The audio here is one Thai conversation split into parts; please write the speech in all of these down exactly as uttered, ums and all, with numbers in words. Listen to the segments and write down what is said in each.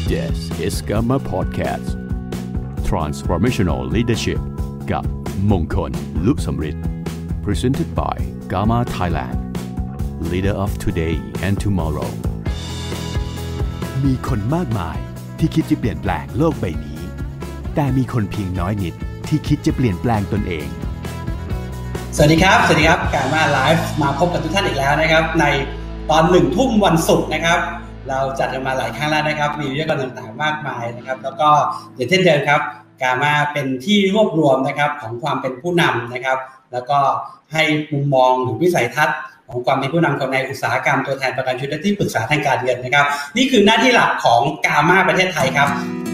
This is Gamma Podcast Transformational Leadership กับมงคล ลุสำริด Presented by Gamma Thailand Leader of Today and Tomorrow มีคนมากมายที่คิดจะเปลี่ยนแปลงโลกใบนี้แต่มีคนเพียงน้อยนิดที่คิดจะเปลี่ยนแปลงตนเองสวัสดีครับสวัสดีครับการมาไลฟ์มาพบกับทุกท่านอีกแล้วนะครับในตอนหนึ่งทุ่มวันศุกร์นะครับเราจัดกันมาหลายครั้งแล้วนะครับมีวิทยากรต่างๆมากมายนะครับแล้วก็อย่างเช่นเดิมครับการมาเป็นที่รวบรวมนะครับของความเป็นผู้นำนะครับแล้วก็ให้มุมมองหรือวิสัยทัศน์ของความเป็นผู้นำของในอุตสาหกรรมตัวแทนประกันชีวิตและที่ปรึกษาทางการเงินนะครับนี่คือหน้าที่หลักของกาม่าประเทศไทยครับ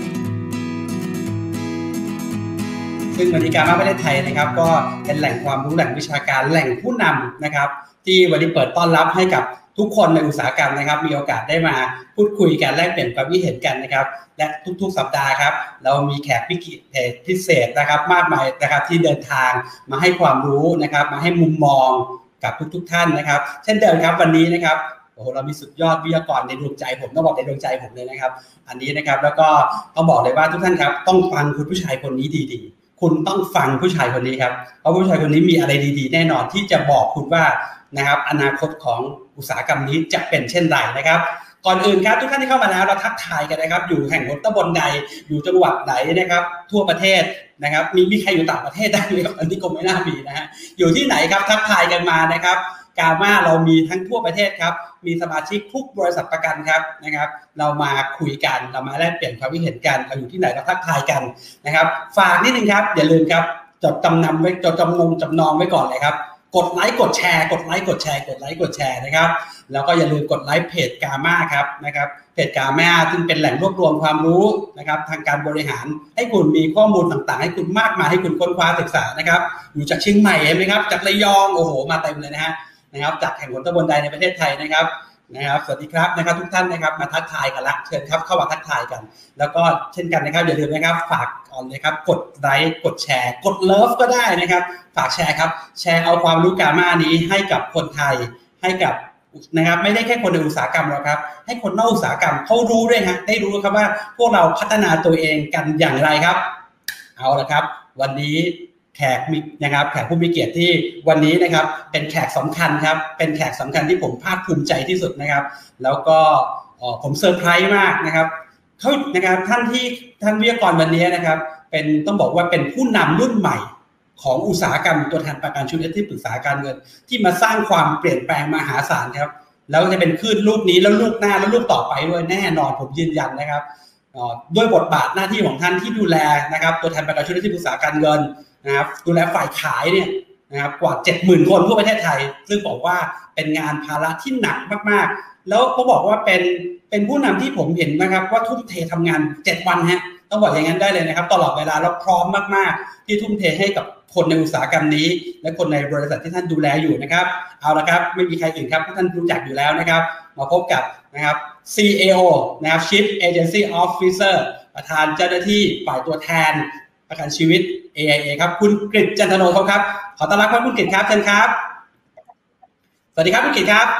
ซึ่งวันนี้การมาประเทศไทยนะครับก็เป็นแหล่งความรู้แหล่งวิชาการแหล่งผู้นำนะครับที่วันนี้เปิดต้อนรับให้กับทุกคนในอุตสาหกรรมนะครับมีโอกาสได้มาพูดคุยกันแลกเปลี่ยนความคิดเห็นกันนะครับและทุกๆสัปดาห์ครับเรามีแขกพิเศษนะครับมากมายนะครับที่เดินทางมาให้ความรู้นะครับมาให้มุมมองกับทุกๆท่านนะครับเช่นเดิมครับวันนี้นะครับโอ้โหเรามีสุดยอดวิทยากรในดวงใจผมต้องบอกในดวงใจผมเลยนะครับอันนี้นะครับแล้วก็ต้องบอกเลยว่าทุกท่านครับต้องฟังคุณผู้ชายคนนี้ดีๆคุณต้องฟังผู้ชายคนนี้ครับเพราะผู้ชายคนนี้มีอะไรดีๆแน่นอนที่จะบอกคุณว่านะครับอนาคตของอุตสาหกรรมนี้จะเป็นเช่นไรนะครับก่อนอื่นครับทุกท่านที่เข้ามาแล้วเราทักทายกันนะครับอยู่แห่งหนตำบลใดอยู่จังหวัดไหนนะครับทั่วประเทศนะครับมีมีใครอยู่ต่างประเทศได้ไหมครับอันนี้ก็ไม่น่ามีนะฮะอยู่ที่ไหนครับทักทายกันมานะครับกาม่าเรามีทั้งทั่วประเทศครับมีสมาชิกทุกบริษัทประกันครับนะครับเรามาคุยกันเรามาแลกเปลี่ยนความคิดเห็นกันเราอยู่ที่ไหนเราทักทายกันนะครับฝากนิดนึงครับอย่าลืมครับจดจำนำไว้จดจำนงจำนองไว้ก่อนเลยครับกดไลค์กดแชร์กดไลค์กดแชร์กดไลค์กดแชร์นะครับแล้วก็อย่าลืมกดไลค์เพจกาม่าครับนะครับเพจกาม่าซึ่งเป็นแหล่งรวบรวมความรู้นะครับทางการบริหารให้คุณมีข้อมูลต่างๆให้คุณมากมายให้คุณค้นคว้าศึกษานะครับอยู่จากเชียงใหม่เห็นไหมครับจากระยองโอ้โหมาเต็มเลยนะฮะนะครับจากแห่งหนตำบลใดในประเทศไทยนะครับนะครับสวัสดีครับนะครับทุกท่านนะครับมาทักทายกันละเชิญครับเข้ามาทักทายกันแล้วก็เช่นกันนะครับอย่าลืมนะครับฝากก่อนเลยครับกดไลค์กดแชร์กดเลิฟก็ได้นะครับฝากแชร์ครับแชร์เอาความรู้กาม่านี้ให้กับคนไทยให้กับนะครับไม่ได้แค่คนในอุตสาหกรรมหรอกครับให้คนนอกอุตสาหกรรมเขารู้ด้วยฮะได้รู้ครับว่าพวกเราพัฒนาตัวเองกันอย่างไรครับเอาละครับวันนี้แขกมีนะครับแขกผู้มีเกียรติที่วันนี้นะครับเป็นแขกสำคัญครับเป็นแขกสำคัญที่ผมภาคภูมิใจที่สุดนะครับแล้วก็ผมเซอร์ไพรส์มากนะครับเขานะครับท่านที่ท่านวิทยากรวันนี้นะครับเป็นต้องบอกว่าเป็นผู้นำรุ่นใหม่ของอุตสาหกรรมตัวแทนประกันชีวิตและที่ปรึกษาการเงินที่มาสร้างความเปลี่ยนแปลงมหาศาลครับแล้วจะเป็นคลื่นลูกนี้แล้วลูกหน้าแล้วลูกต่อไปด้วยแน่นอนผมยืนยันนะครับด้วยบทบาทหน้าที่ของท่านที่ดูแลนะครับตัวแทนประกันชีวิตและที่ปรึกษาการเงินนะครับดูแลฝ่ายขายเนี่ยนะครับกว่า เจ็ดหมื่น คนทั่วประเทศไทยซึ่งบอกว่าเป็นงานภาระที่หนักมากๆแล้วเขาบอกว่าเป็นเป็นผู้นำที่ผมเห็นนะครับว่าทุ่มเททำงานเจ็ดวันฮะต้องบอกอย่างนั้นได้เลยนะครับตลอดเวลาแล้วพร้อมมากๆที่ทุ่มเทให้กับคนในอุตสาหกรรมนี้และคนในบริษัทที่ท่านดูแลอยู่นะครับเอาละครับไม่มีใครอื่นครับท่านรู้จักอยู่แล้วนะครับมาพบกับนะครับ ซี เอ โอ นะครับ Chief Agency Officer ประธานเจ้าหน้าที่ฝ่ายตัวแทนประกันชีวิต เอ ไอ เอ ครับคุณกฤษ จันทโนทครับขอต้อนรับคุณกฤษครับเชิญครับสวัสดีครับคุณกฤษครับ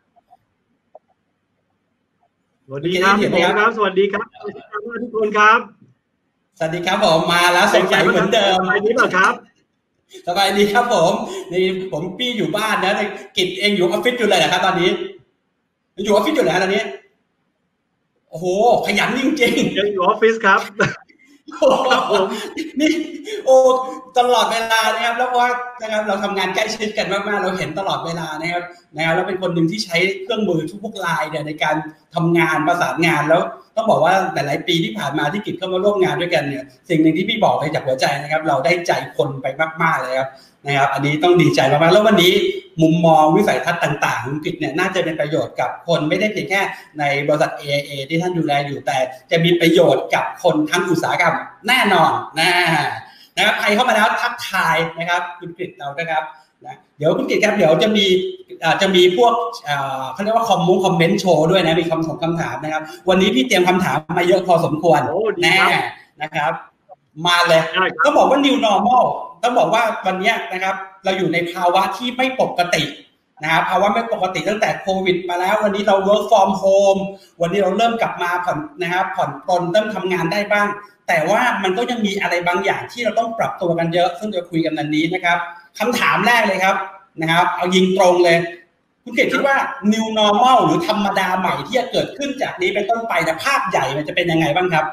สวัสดีครับครับสวัสดีครับทุกคนครับสวัสดีครับผมมาแล้วสงสัยเหมือนเดิมสบายดีเปล่าครับสบายดีครับผมนี่ผมปี้อยู่บ้านนะกฤษเองอยู่ออฟฟิศอยู่เลยนะครับตอนนี้อยู่ออฟฟิศอยู่ไหนตอนนี้โอ้โหขยันจริงๆยังอยู่ออฟฟิศครับครับผมนี่โอ้ตลอดเวลานะครับแล้วว่านะครับเราทำงานใกล้ชิดกันมากๆเราเห็นตลอดเวลานะครับนะครับแล้วเป็นคนหนึ่งที่ใช้เครื่องมือทุกพวกไลน์เนี่ยในการทำงานประสานงานแล้วต้องบอกว่าหลายๆปีที่ผ่านมาที่กิจเข้ามาร่วมงานด้วยกันเนี่ยสิ่งหนึ่งที่พี่บอกเลยจากหัวใจนะครับเราได้ใจคนไปมากๆเลยครับนะครับอันนี้ต้องดีใจมากๆแล้ววันนี้มุมมองวิสัยทัศน์ต่างๆของกิจเนี่ยน่าจะเป็นประโยชน์กับคนไม่ได้เพียงแค่ในบริษัท เอ ไอ เอ ที่ท่านดูแลอยู่แต่จะมีประโยชน์กับคนทั้งอุตสาหกรรมแน่นอนนะนะครับใครเข้ามาแล้วทักทายนะครับคุณกฤษเรานะครับนะเดี๋ยวคุณกฤษครับเดี๋ยวจะมีจะมีพวกเขาเรียกว่าคอมมูนคอมเมนต์โชว์ด้วยนะมีคำถามคำถามนะครับวันนี้พี่เตรียมคำถามมาเยอะพอสมควรแน่นะครับมาเลยต้องบอกว่า new normal ต้องบอกว่าวันนี้นะครับเราอยู่ในภาวะที่ไม่ปกตินะครับภาวะไม่ปกติตั้งแต่โควิดมาแล้ววันนี้เรา work from home วันนี้เราเริ่มกลับมาผ่อนนะครับผ่อนปลนเริ่มทำงานได้บ้างแต่ว่ามันก็ยังมีอะไรบางอย่างที่เราต้องปรับตัวกันเยอะซึ่งจะคุยกันวันนี้นะครับคำถามแรกเลยครับนะครับเอายิงตรงเลยคุณเกศคิดว่า new normal หรือธรรมดาใหม่ที่จะเกิดขึ้นจากนี้เป็นต้นไปแต่ภาพใหญ่มันจะเป็นยังไงบ้างครับ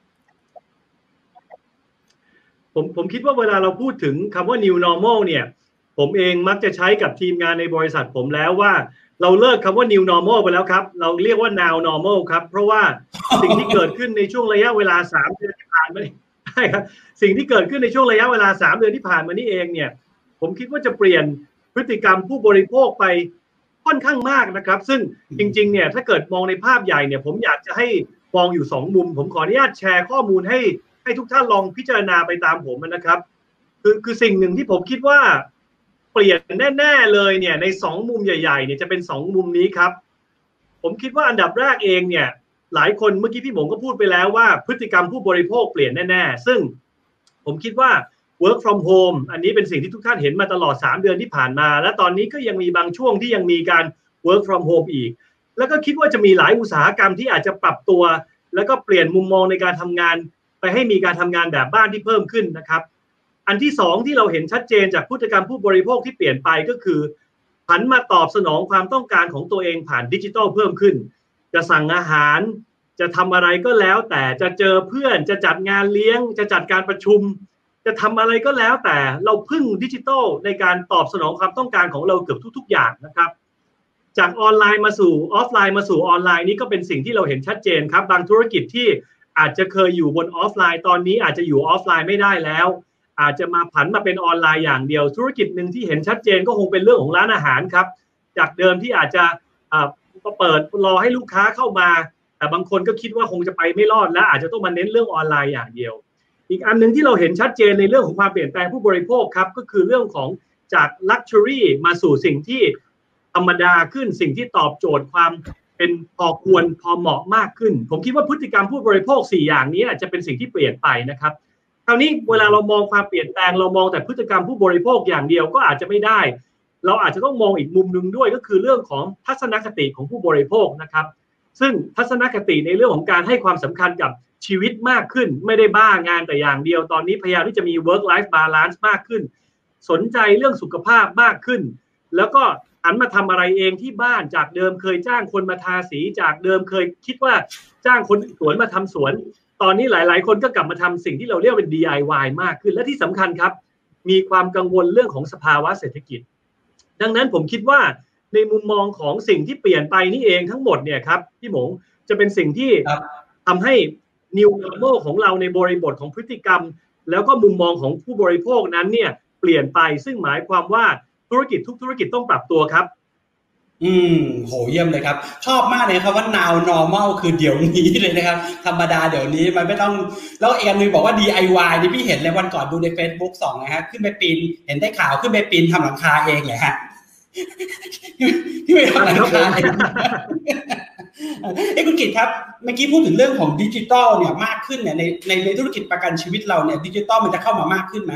ผมผมคิดว่าเวลาเราพูดถึงคำว่า new normal เนี่ยผมเองมักจะใช้กับทีมงานในบริษัทผมแล้วว่าเราเลิกคำว่า new normal ไปแล้วครับเราเรียกว่า now normal ครับเพราะว่าสิ่งที่เกิดขึ้นในช่วงระยะเวลาสามเดือนที่ผ่านมาใช่ครับสิ่งที่เกิดขึ้นในช่วงระยะเวลาสามเดือนที่ผ่านมานี่เองเนี่ยผมคิดว่าจะเปลี่ยนพฤติกรรมผู้บริโภคไปค่อนข้างมากนะครับซึ่งจริงๆเนี่ยถ้าเกิดมองในภาพใหญ่เนี่ยผมอยากจะให้มองอยู่สองมุมผมขออนุญาตแชร์ข้อมูลให้ให้ทุกท่านลองพิจารณาไปตามผมนะครับคือคือสิ่งหนึ่งที่ผมคิดว่าเปลี่ยนแน่ๆเลยเนี่ยในสองมุมใหญ่ๆเนี่ยจะเป็นสองมุมนี้ครับผมคิดว่าอันดับแรกเองเนี่ยหลายคนเมื่อกี้พี่หมงก็พูดไปแล้วว่าพฤติกรรมผู้บริโภคเปลี่ยนแน่ๆซึ่งผมคิดว่า work from home อันนี้เป็นสิ่งที่ทุกท่านเห็นมาตลอดสามเดือนที่ผ่านมาและตอนนี้ก็ยังมีบางช่วงที่ยังมีการ work from home อีกแล้วก็คิดว่าจะมีหลายอุตสาหกรรมที่อาจจะปรับตัวแล้วก็เปลี่ยนมุมมองในการทำงานไปให้มีการทำงานแบบบ้านที่เพิ่มขึ้นนะครับอันที่สองที่เราเห็นชัดเจนจากพฤติกรรมผู้บริโภคที่เปลี่ยนไปก็คือหันมาตอบสนองความต้องการของตัวเองผ่านดิจิทัลเพิ่มขึ้นจะสั่งอาหารจะทำอะไรก็แล้วแต่จะเจอเพื่อนจะจัดงานเลี้ยงจะจัดการประชุมจะทำอะไรก็แล้วแต่เราพึ่งดิจิทัลในการตอบสนองความต้องการของเราเกือบทุกๆอย่างนะครับจากออนไลน์มาสู่ออฟไลน์มาสู่ออนไลน์นี้ก็เป็นสิ่งที่เราเห็นชัดเจนครับบางธุรกิจที่อาจจะเคยอยู่บนออฟไลน์ตอนนี้อาจจะอยู่ออฟไลน์ไม่ได้แล้วอาจจะมาผันมาเป็นออนไลน์อย่างเดียวธุรกิจหนึ่งที่เห็นชัดเจนก็คงเป็นเรื่องของร้านอาหารครับจากเดิมที่อาจจะเปิดรอให้ลูกค้าเข้ามาแต่บางคนก็คิดว่าคงจะไปไม่รอดและอาจจะต้องมาเน้นเรื่องออนไลน์อย่างเดียวอีกอันนึงที่เราเห็นชัดเจนในเรื่องของความเปลี่ยนแปลงผู้บริโภคครับก็คือเรื่องของจาก luxury มาสู่สิ่งที่ธรรมดาขึ้นสิ่งที่ตอบโจทย์ความเป็นพอควรพอเหมาะมากขึ้นผมคิดว่าพฤติกรรมผู้บริโภคสี่อย่างนี้จะเป็นสิ่งที่เปลี่ยนไปนะครับคราวนี้เวลาเรามองความเปลี่ยนแปลงเรามองแต่พฤติกรรมผู้บริโภคอย่างเดียวก็อาจจะไม่ได้เราอาจจะต้องมองอีกมุมนึงด้วยก็คือเรื่องของทัศนคติของผู้บริโภคนะครับซึ่งทัศนคติในเรื่องของการให้ความสำคัญกับชีวิตมากขึ้นไม่ได้บ้างานแต่อย่างเดียวตอนนี้พยายามที่จะมี work life balance มากขึ้นสนใจเรื่องสุขภาพมากขึ้นแล้วก็หันมาทำอะไรเองที่บ้านจากเดิมเคยจ้างคนมาทาสีจากเดิมเคยคิดว่าจ้างคนสวนมาทำสวนตอนนี้หลายๆคนก็กลับมาทำสิ่งที่เราเรียกเป็น ดี ไอ วาย มากขึ้นและที่สำคัญครับมีความกังวลเรื่องของสภาวะเศรษฐกิจดังนั้นผมคิดว่าในมุมมองของสิ่งที่เปลี่ยนไปนี่เองทั้งหมดเนี่ยครับพี่หมงจะเป็นสิ่งที่ทำให้ new normal ของเราในบริบทของพฤติกรรมแล้วก็มุมมองของผู้บริโภคนั้นเนี่ยเปลี่ยนไปซึ่งหมายความว่าธุรกิจทุกธุรกิจต้องปรับตัวครับอืมโหเยี่ยมเลยครับชอบมากเลยครับว่า now normal คือเดี๋ยวนี้เลยนะครับธรรมดาเดี๋ยวนี้มันไม่ต้องแล้วอีกอันนึงบอกว่า ดี ไอ วาย นี่พี่เห็นเลยวันก่อนดูใน Facebook สองนะฮะขึ้นไปปีนเห็นได้ข่าวขึ้นไปปีนทำหลังคาเองเลยฮะพี่ไม่ทำหลังคาเองเอ้คุณกิตครับเมื่อกี้พูดถึงเรื่องของดิจิทัลเนี่ยมากขึ้นเนี่ยในในในธุรกิจประกันชีวิตเราเนี่ยดิจิทัลมันจะเข้ามามากขึ้นไหม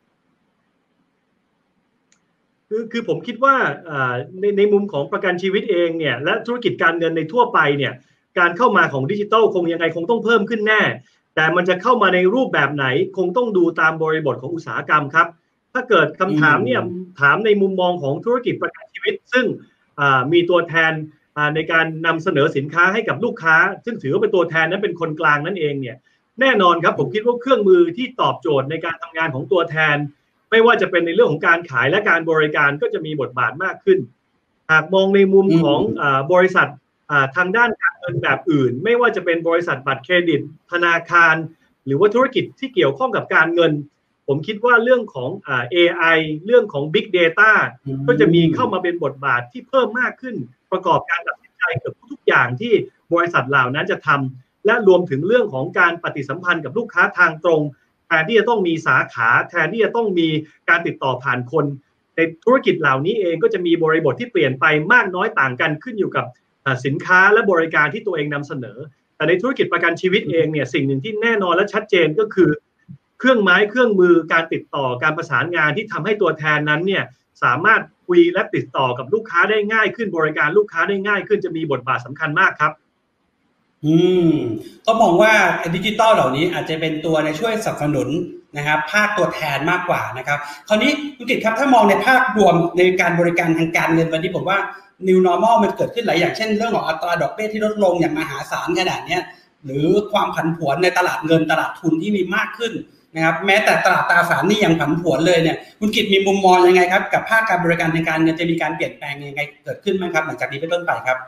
คือคือผมคิดว่าในในมุมของประกันชีวิตเองเนี่ยและธุรกิจการเงินในทั่วไปเนี่ยการเข้ามาของดิจิทัลคงยังไงคงต้องเพิ่มขึ้นแน่แต่มันจะเข้ามาในรูปแบบไหนคงต้องดูตามบริบทของอุตสาหกรรมครับถ้าเกิดคำถามเนี่ยถามในมุมมองของธุรกิจประกันชีวิตซึ่งมีตัวแทนในการนำเสนอสินค้าให้กับลูกค้าซึ่งถือว่าเป็นตัวแทนนั้นเป็นคนกลางนั่นเองเนี่ยแน่นอนครับผมคิดว่าเครื่องมือที่ตอบโจทย์ในการทำงานของตัวแทนไม่ว่าจะเป็นในเรื่องของการขายและการบริการก็จะมีบทบาทมากขึ้นหากมองในมุมของบริษัททางด้านการเงินแบบอื่นไม่ว่าจะเป็นบริษัทบัตรเครดิตธนาคารหรือว่าธุรกิจที่เกี่ยวข้องกับการเงินผมคิดว่าเรื่องของ เอ ไอ เรื่องของ Big Data ก็จะมีเข้ามาเป็นบทบาทที่เพิ่มมากขึ้นประกอบการตัดสินใจเกือบทุกอย่างที่บริษัทเหล่านั้นจะทำและรวมถึงเรื่องของการปฏิสัมพันธ์กับลูกค้าทางตรงแทนที่จะต้องมีสาขาแทนที่จะต้องมีการติดต่อผ่านคนในธุรกิจเหล่านี้เองก็จะมีบริบทที่เปลี่ยนไปมากน้อยต่างกันขึ้นอยู่กับสินค้าและบริการที่ตัวเองนำเสนอแต่ในธุรกิจประกันชีวิตเองเนี่ยสิ่งหนึ่งที่แน่นอนและชัดเจนก็คือเครื่องไม้เครื่องมือการติดต่อการประสานงานที่ทำให้ตัวแทนนั้นเนี่ยสามารถคุคุยและติดต่อกับลูกค้าได้ง่ายขึ้นบริการลูกค้าได้ง่ายขึ้นจะมีบทบาทสำคัญมากครับอืมก็มองว่าดิจิตอลเหล่านี้อาจจะเป็นตัวในช่วยสนับสนุนนะครับภาคตัวแทนมากกว่านะครับคราวนี้คุณกิตครับถ้ามองในภาพรวมในการบริการทางการเงินวันนี้ผมว่า New Normal มันเกิดขึ้นหลายอย่างเช่นเรื่องของอัตราดอกเบี้ยที่ลดลงอย่างมหาศาลขนาดนี้หรือความผันผวนในตลาดเงินตลาดทุนที่มีมากขึ้นนะครับแม้แต่ตลาดตราสารหนี้ยังผันผวนเลยเนี่ยคุณกิตมีมุมมองยังไงครับกับภาคการบริการทางการเงินจะมีการเปลี่ยนแปลงยังไงเกิดขึ้นไหมครับหลังจากนี้เป็นต้นไปครับ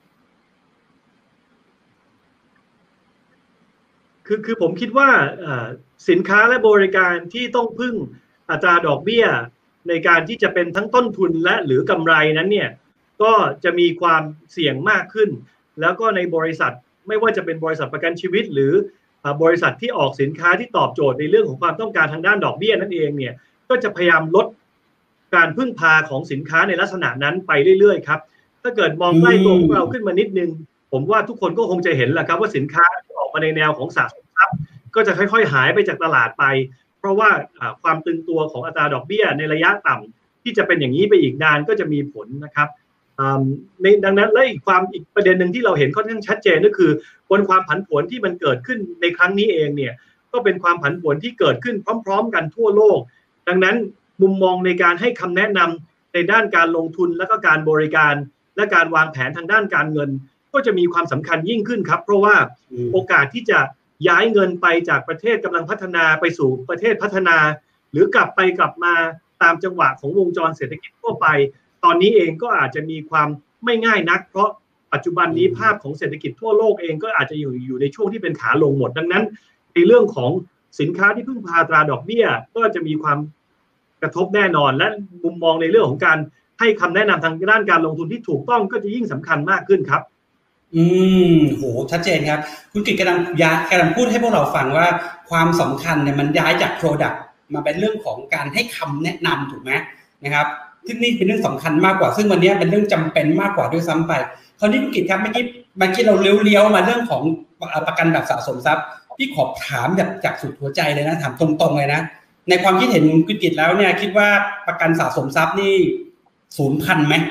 คือคือผมคิดว่าสินค้าและบริการที่ต้องพึ่งอัตราดอกเบี้ยในการที่จะเป็นทั้งต้นทุนและหรือกำไรนั้นเนี่ยก็จะมีความเสี่ยงมากขึ้นแล้วก็ในบริษัทไม่ว่าจะเป็นบริษัทประกันชีวิตหรือบริษัทที่ออกสินค้าที่ตอบโจทย์ในเรื่องของความต้องการทางด้านดอกเบี้ยนั่นเองเนี่ยก็จะพยายามลดการพึ่งพาของสินค้าในลักษณะนั้นไปเรื่อยๆครับถ้าเกิดมองใกล้ตัวของเราขึ้นมานิดนึงผมว่าทุกคนก็คงจะเห็นแหละครับว่าสินค้าที่ออกมาในแนวของสะสมทรัพย์ก็จะค่อยๆหายไปจากตลาดไปเพราะว่าความตึงตัวของอัตราดอกเบี้ยในระยะต่ำที่จะเป็นอย่างนี้ไปอีกนานก็จะมีผลนะครับในดังนั้นและอีกความอีกประเด็นหนึ่งที่เราเห็นค่อนข้างชัดเจนก็คือบนความผันผวนที่มันเกิดขึ้นในครั้งนี้เองเนี่ยก็เป็นความผันผวนที่เกิดขึ้นพร้อมๆกันทั่วโลกดังนั้นมุมมองในการให้คำแนะนำในด้านการลงทุนและก็การบริการและการวางแผนทางด้านการเงินก็จะมีความสำคัญยิ่งขึ้นครับเพราะว่าโอกาสที่จะย้ายเงินไปจากประเทศกำลังพัฒนาไปสู่ประเทศพัฒนาหรือกลับไปกลับมาตามจังหวะของวงจรเศรษฐกิจทั่วไปตอนนี้เองก็อาจจะมีความไม่ง่ายนักเพราะปัจจุบันนี้ภาพของเศรษฐกิจทั่วโลกเองก็อาจจะอยู่อยู่ในช่วงที่เป็นขาลงหมดดังนั้นในเรื่องของสินค้าที่พึ่งพาอัตราดอกเบี้ยก็จะมีความกระทบแน่นอนและมุมมองในเรื่องของการให้คำแนะนำทางด้านการลงทุนที่ถูกต้องก็จะยิ่งสำคัญมากขึ้นครับอืมโหชัดเจนครับคุณกิตกำลังย้ายกำลังพูดให้พวกเราฟังว่าความสำคัญเนี่ยมันย้ายจาก product มาเป็นเรื่องของการให้คำแนะนำถูกไหมนะครับซึ่งนี่เป็นเรื่องสำคัญมากกว่าซึ่งวันนี้เป็นเรื่องจำเป็นมากกว่าด้วยซ้ำไปคราวนี้คุณกิตครับเมื่อกี้เมื่อกี้เราเลี้ยวๆมาเรื่องของประกันแบบสะสมทรัพย์พี่ขอถามแบบจากสุดหัวใจเลยนะถามตรงๆเลยนะในความคิดเห็นคุณกิตแล้วเนี่ยคิดว่าประกันสะสมทรัพย์นี่สูญพันธุ์ไหม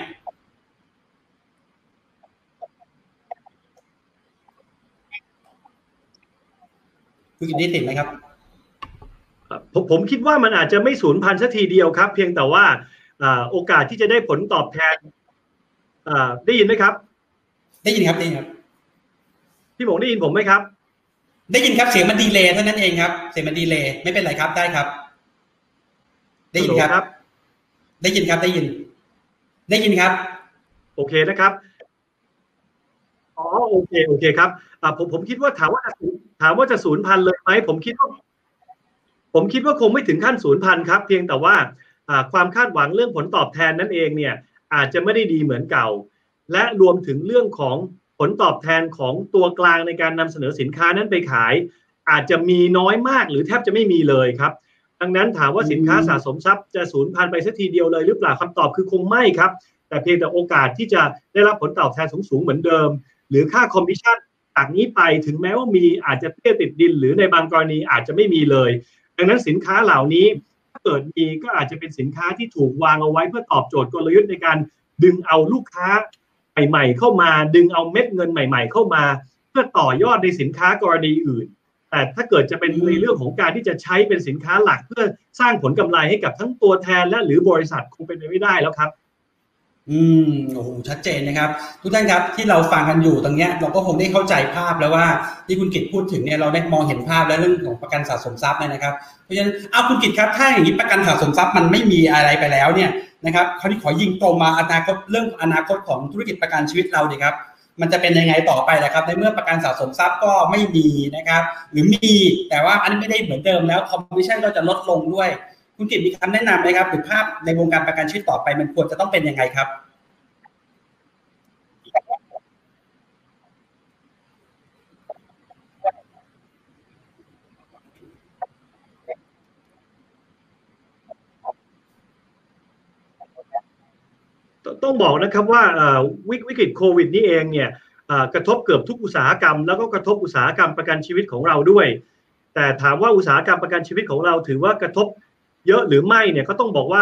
คุณกิตได้ติดไหมครับผมผมคิดว่ามันอาจจะไม่สูญพันธุ์สักทีเดียวครับเพียงแต่ว่าโอกาสที่จะได้ผลตอบแทนได้ยินไหมครับได้ยินครับได้ยินครับพี่หมงได้ยินผมไหมครับได้ยินครับเสียงมันดีเลย์เท่านั้นเองครับเสียงมันดีเลย์ไม่เป็นไรครับได้ครับได้ยินครับได้ยินครับได้ยินได้ยินครับโอเคนะครับอ๋อโอเคโอเคครับอ่าผมผมคิดว่าถามว่าถามว่าจะสูญพันธุ์เลยไหมผมคิดว่าผมคิดว่าคงไม่ถึงขั้นสูญพันธุ์ครับเพียงแต่ว่าความคาดหวังเรื่องผลตอบแทนนั่นเองเนี่ยอาจจะไม่ได้ดีเหมือนเก่าและรวมถึงเรื่องของผลตอบแทนของตัวกลางในการนำเสนอสินค้านั้นไปขายอาจจะมีน้อยมากหรือแทบจะไม่มีเลยครับดังนั้นถามว่าสินค้าสะสมทรัพย์จะสูญพันธุ์ไปสักทีเดียวเลยหรือเปล่าคำตอบคือคงไม่ครับแต่เพียงแต่โอกาสที่จะได้รับผลตอบแทนสูงๆเหมือนเดิมหรือค่าคอมมิชชั่นจากนี้ไปถึงแม้ว่ามีอาจจะเตี้ยติดดินหรือในบางกรณีอาจจะไม่มีเลยดังนั้นสินค้าเหล่านี้ถ้าเกิดมีก็อาจจะเป็นสินค้าที่ถูกวางเอาไว้เพื่อตอบโจทย์กลยุทธ์ในการดึงเอาลูกค้าใหม่ๆเข้ามาดึงเอาเม็ดเงินใหม่ๆเข้ามาเพื่อต่อยอดในสินค้ากรณีอื่นแต่ถ้าเกิดจะเป็นในเรื่องของการที่จะใช้เป็นสินค้าหลักเพื่อสร้างผลกำไรให้กับทั้งตัวแทนและหรือบริษัทคงเป็นไปไม่ได้แล้วครับอืมโอ้โหชัดเจนนะครับทุกท่านครับที่เราฟังกันอยู่ตรงเนี้ยเราก็คงได้เข้าใจภาพแล้วว่าที่คุณกิตพูดถึงเนี่ยเราได้มองเห็นภาพแล้วเรื่องของประกันสะสมทรัพย์เนี่ยนะครับเพราะฉะนั้นเอาคุณกิตครับถ้าอย่างนี้ประกันสะสมทรัพย์มันไม่มีอะไรไปแล้วเนี่ยนะครับคราวนี้ขอยิงตรงมาอนาคตเรื่องอนาคตของธุรกิจประกันชีวิตเราดีครับมันจะเป็นยังไงต่อไปนะครับในเมื่อประกันสะสมทรัพย์ก็ไม่มีนะครับหรือมีแต่ว่าอันนี้ไม่ได้เหมือนเดิมแล้วคอมมิชชั่นก็จะลดลงด้วยคุณกิตมีคำแนะนำไหมครับหรือภาพในวงการประกันชีวิตต่อไปมันควรจะต้องเป็นยังไงครับต้องบอกนะครับว่าวิกฤตโควิดนี่เองเนี่ยกระทบเกือบทุกอุตสาหกรรมแล้วก็กระทบอุตสาหกรรมประกันชีวิตของเราด้วยแต่ถามว่าอุตสาหกรรมประกันชีวิตของเราถือว่ากระทบเยอะหรือไม่เนี่ยก็ต้องบอกว่า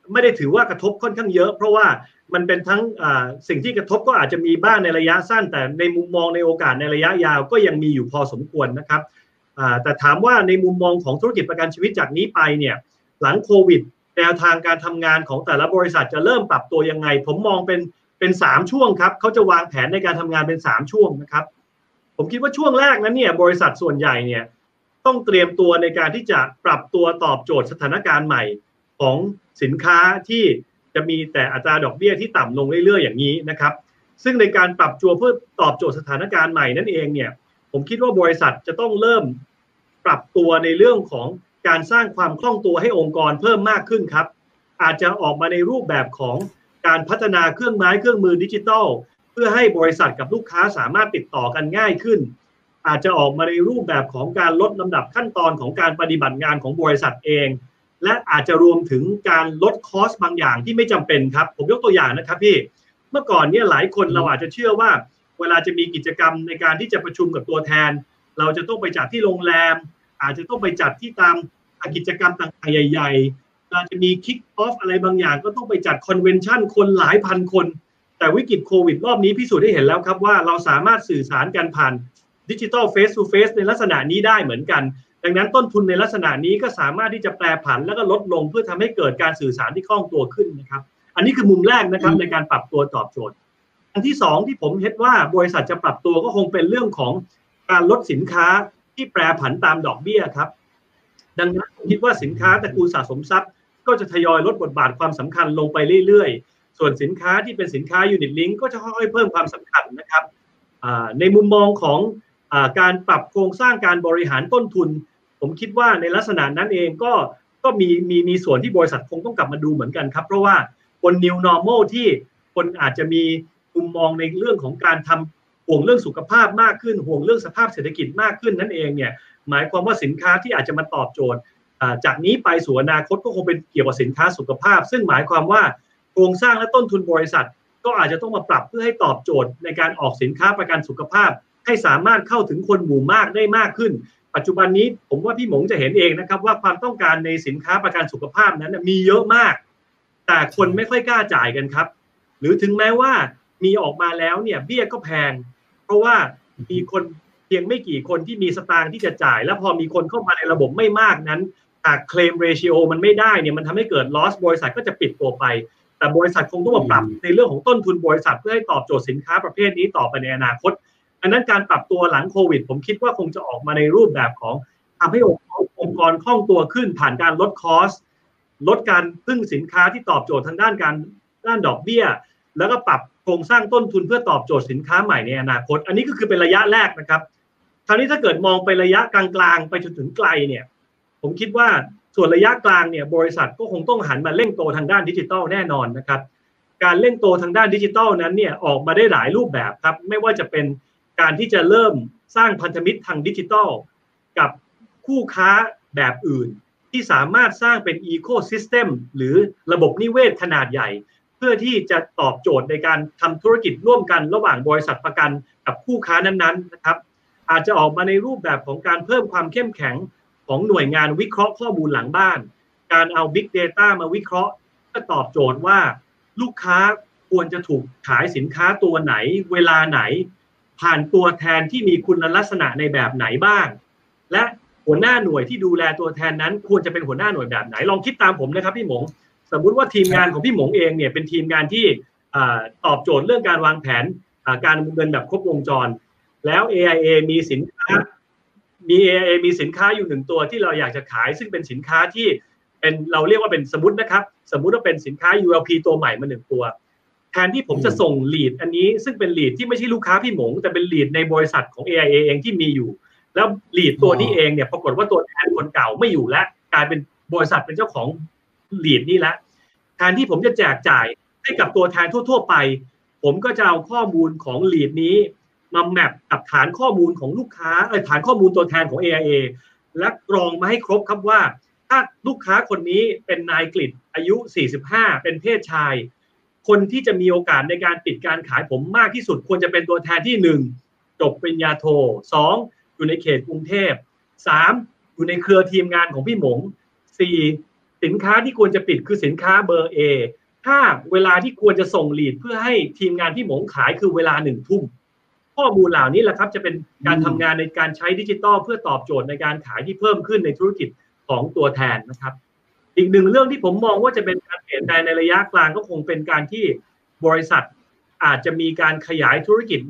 ไม่ได้ถือว่ากระทบค่อนข้างเยอะเพราะว่ามันเป็นทั้งสิ่งที่กระทบก็อาจจะมีบ้างในระยะสั้นแต่ในมุมมองในโอกาสในระยะยาวก็ยังมีอยู่พอสมควรนะครับแต่ถามว่าในมุมมองของธุรกิจประกันชีวิตจากนี้ไปเนี่ยหลังโควิดแนวทางการทำงานของแต่ละบริษัทจะเริ่มปรับตัวยังไงผมมองเป็นเป็นสามช่วงครับเขาจะวางแผนในการทำงานเป็นสามช่วงนะครับผมคิดว่าช่วงแรกนั้นเนี่ยบริษัทส่วนใหญ่เนี่ยต้องเตรียมตัวในการที่จะปรับตัวตอบโจทย์สถานการณ์ใหม่ของสินค้าที่จะมีแต่อัตราดอกเบี้ยที่ต่ำลงเรื่อยๆอย่างนี้นะครับซึ่งในการปรับตัวเพื่อตอบโจทย์สถานการณ์ใหม่นั่นเองเนี่ยผมคิดว่าบริษัทจะต้องเริ่มปรับตัวในเรื่องของการสร้างความคล่องตัวให้องค์กรเพิ่มมากขึ้นครับอาจจะออกมาในรูปแบบของการพัฒนาเครื่องไม้เครื่องมือดิจิทัลเพื่อให้บริษัทกับลูกค้าสามารถติดต่อกันง่ายขึ้นอาจจะออกมาในรูปแบบของการลดลำดับขั้นตอนของการปฏิบัติงานของบริษัทเองและอาจจะรวมถึงการลดคอสบางอย่างที่ไม่จำเป็นครับผมยกตัวอย่างนะครับพี่เมื่อก่อนเนี่ยหลายคนเราอาจจะเชื่อว่าเวลาจะมีกิจกรรมในการที่จะประชุมกับตัวแทนเราจะต้องไปจัดที่โรงแรมอาจจะต้องไปจัดที่ตามกิจกรรมต่างๆใหญ่ๆเราจะมีคิกออฟอะไรบางอย่างก็ต้องไปจัดคอนเวนชั่นคนหลายพันคนแต่วิกฤตโควิดรอบนี้พิสูจน์ให้เห็นแล้วครับว่าเราสามารถสื่อสารกันผ่านดิจิทัลเฟสทูเฟสในลักษณะนี้ได้เหมือนกันดังนั้นต้นทุนในลักษณะนี้ก็สามารถที่จะแปรผันแล้วก็ลดลงเพื่อทำให้เกิดการสื่อสารที่คล่องตัวขึ้นนะครับอันนี้คือมุมแรกนะครับในการปรับตัวตอบโจทย์อันที่สองที่ผมเห็นว่าบริษัทจะปรับตัวก็คงเป็นเรื่องของการลดสินค้าที่แปรผันตามดอกเบี้ยครับดังนั้นผมคิดว่าสินค้าตระกูลสะสมทรัพย์ก็จะทยอยลดบทบาทความสำคัญลงไปเรื่อยๆส่วนสินค้าที่เป็นสินค้ายูนิตลิงก์ก็จะค่อยๆเพิ่มความสำคัญนะครับในมุมมองของการปรับโครงสร้างการบริหารต้นทุนผมคิดว่าในลักษณะนั้นเองก็ก็มีมีมีส่วนที่บริษัทคงต้องกลับมาดูเหมือนกันครับเพราะว่าบน New Normal ที่คนอาจจะมีมุมมองในเรื่องของการทำห่วงเรื่องสุขภาพมากขึ้นห่วงเรื่องสภาพเศรษฐกิจมากขึ้นนั่นเองเนี่ยหมายความว่าสินค้าที่อาจจะมาตอบโจทย์จากนี้ไปสู่อนาคตก็คงเป็นเกี่ยวกับสินค้าสุขภาพซึ่งหมายความว่าโครงสร้างและต้นทุนบริษัทก็อาจจะต้องมาปรับเพื่อให้ตอบโจทย์ในการออกสินค้าประกันสุขภาพให้สามารถเข้าถึงคนหมู่มากได้มากขึ้นปัจจุบันนี้ผมว่าพี่หมงจะเห็นเองนะครับว่าความต้องการในสินค้าประกันสุขภาพนั้นมีเยอะมากแต่คนไม่ค่อยกล้าจ่ายกันครับหรือถึงแม้ว่ามีออกมาแล้วเนี่ยเบี้ยก็แพงเพราะว่ามีคนเพียงไม่กี่คนที่มีสตางค์ที่จะจ่ายแล้วพอมีคนเข้ามาในระบบไม่มากนั้นหากเคลมเรชิโอมันไม่ได้เนี่ยมันทำให้เกิด loss บริษัทก็จะปิดตัวไปแต่บริษัทคงต้องมาปรับในเรื่องของต้นทุนบริษัทเพื่อให้ตอบโจทย์สินค้าประเภทนี้ต่อไปในอนาคตดังนั้นการปรับตัวหลังโควิดผมคิดว่าคงจะออกมาในรูปแบบของทำให้องค์กรคล่องตัวขึ้นผ่านการลดคอสลดการพึ่งสินค้าที่ตอบโจทย์ทางด้านการด้านดอกเบี้ยแล้วก็ปรับโครงสร้างต้นทุนเพื่อตอบโจทย์สินค้าใหม่ในอนาคตอันนี้ก็คือเป็นระยะแรกนะครับคราวนี้ถ้าเกิดมองไประยะกลางๆไปจนถึงไกลเนี่ยผมคิดว่าส่วนระยะกลางเนี่ยบริษัทก็คงต้องหันมาเร่งโตทางด้านดิจิทัลแน่นอนนะครับการเร่งโตทางด้านดิจิทัลนั้นเนี่ยออกมาได้หลายรูปแบบครับไม่ว่าจะเป็นการที่จะเริ่มสร้างพันธมิตรทางดิจิทัลกับคู่ค้าแบบอื่นที่สามารถสร้างเป็นอีโคซิสเต็มหรือระบบนิเวศขนาดใหญ่เพื่อที่จะตอบโจทย์ในการทำธุรกิจร่วมกันระหว่างบริษัทประกันกับคู่ค้านั้นๆนะครับอาจจะออกมาในรูปแบบของการเพิ่มความเข้มแข็งของหน่วยงานวิเคราะห์ข้อมูลหลังบ้านการเอา Big Data มาวิเคราะห์เพื่อตอบโจทย์ว่าลูกค้าควรจะถูกขายสินค้าตัวไหนเวลาไหนผ่านตัวแทนที่มีคุณลักษณะในแบบไหนบ้างและหัวหน้าหน่วยที่ดูแลตัวแทนนั้นควรจะเป็นหัวหน้าหน่วยแบบไหนลองคิดตามผมนะครับพี่หมงสมมุติว่าทีมงานของพี่หมงเองเนี่ยเป็นทีมงานที่ตอบโจทย์เรื่องการวางแผนการดำเนินแบบครบวงจรแล้ว เอ ไอ เอ มีสินค้ามี เอ ไอ เอ มีสินค้าอยู่หนึ่งตัวที่เราอยากจะขายซึ่งเป็นสินค้าที่เป็นเราเรียกว่าเป็นสมมตินะครับสมมุติว่าเป็นสินค้า ยู แอล พี ตัวใหม่มาหนึ่งตัวแทนที่ผมจะส่งลีดอันนี้ซึ่งเป็นลีดที่ไม่ใช่ลูกค้าพี่หมงแต่เป็นลีดในบริษัทของ เอ ไอ เอ เองที่มีอยู่แล้วลีดตัวนี้เองเนี่ยปรากฏว่าตัวแทนคนเก่าไม่อยู่แล้วกลายเป็นบริษัทเป็นเจ้าของลีดนี่แล้วแทนที่ผมจะแจกจ่ายให้กับตัวแทนทั่วๆไปผมก็จะเอาข้อมูลของลีดนี้มาแมปกับฐานข้อมูลของลูกค้าเอ่อฐานข้อมูลตัวแทนของ เอ ไอ เอ และกรองมาให้ครบครับว่าถ้าลูกค้าคนนี้เป็นนายกฤษอายุสี่สิบห้าเป็นเพศชายคนที่จะมีโอกาสในการปิดการขายผมมากที่สุดควรจะเป็นตัวแทนที่หนึ่งจบปริญญาโทสองอยู่ในเขตกรุงเทพสามอยู่ในเครือทีมงานของพี่หมงสี่สินค้าที่ควรจะปิดคือสินค้าเบอร์ A ถ้าเวลาที่ควรจะส่งลีดเพื่อให้ทีมงานที่หมงขายคือเวลาหนึ่งทุ่มข้อมูลเหล่านี้แหละครับจะเป็นการทำงานในการใช้ดิจิทัลเพื่อตอบโจทย์ในการขายที่เพิ่มขึ้นในธุรกิจของตัวแทนนะครับอีกหนึ่งเรื่องที่ผมมองว่าจะเป็นการเปลี่ยนแปลงในระยะกลางก็คงเป็นการที่บริษัทอาจจะมีการขยายธุรกิจใน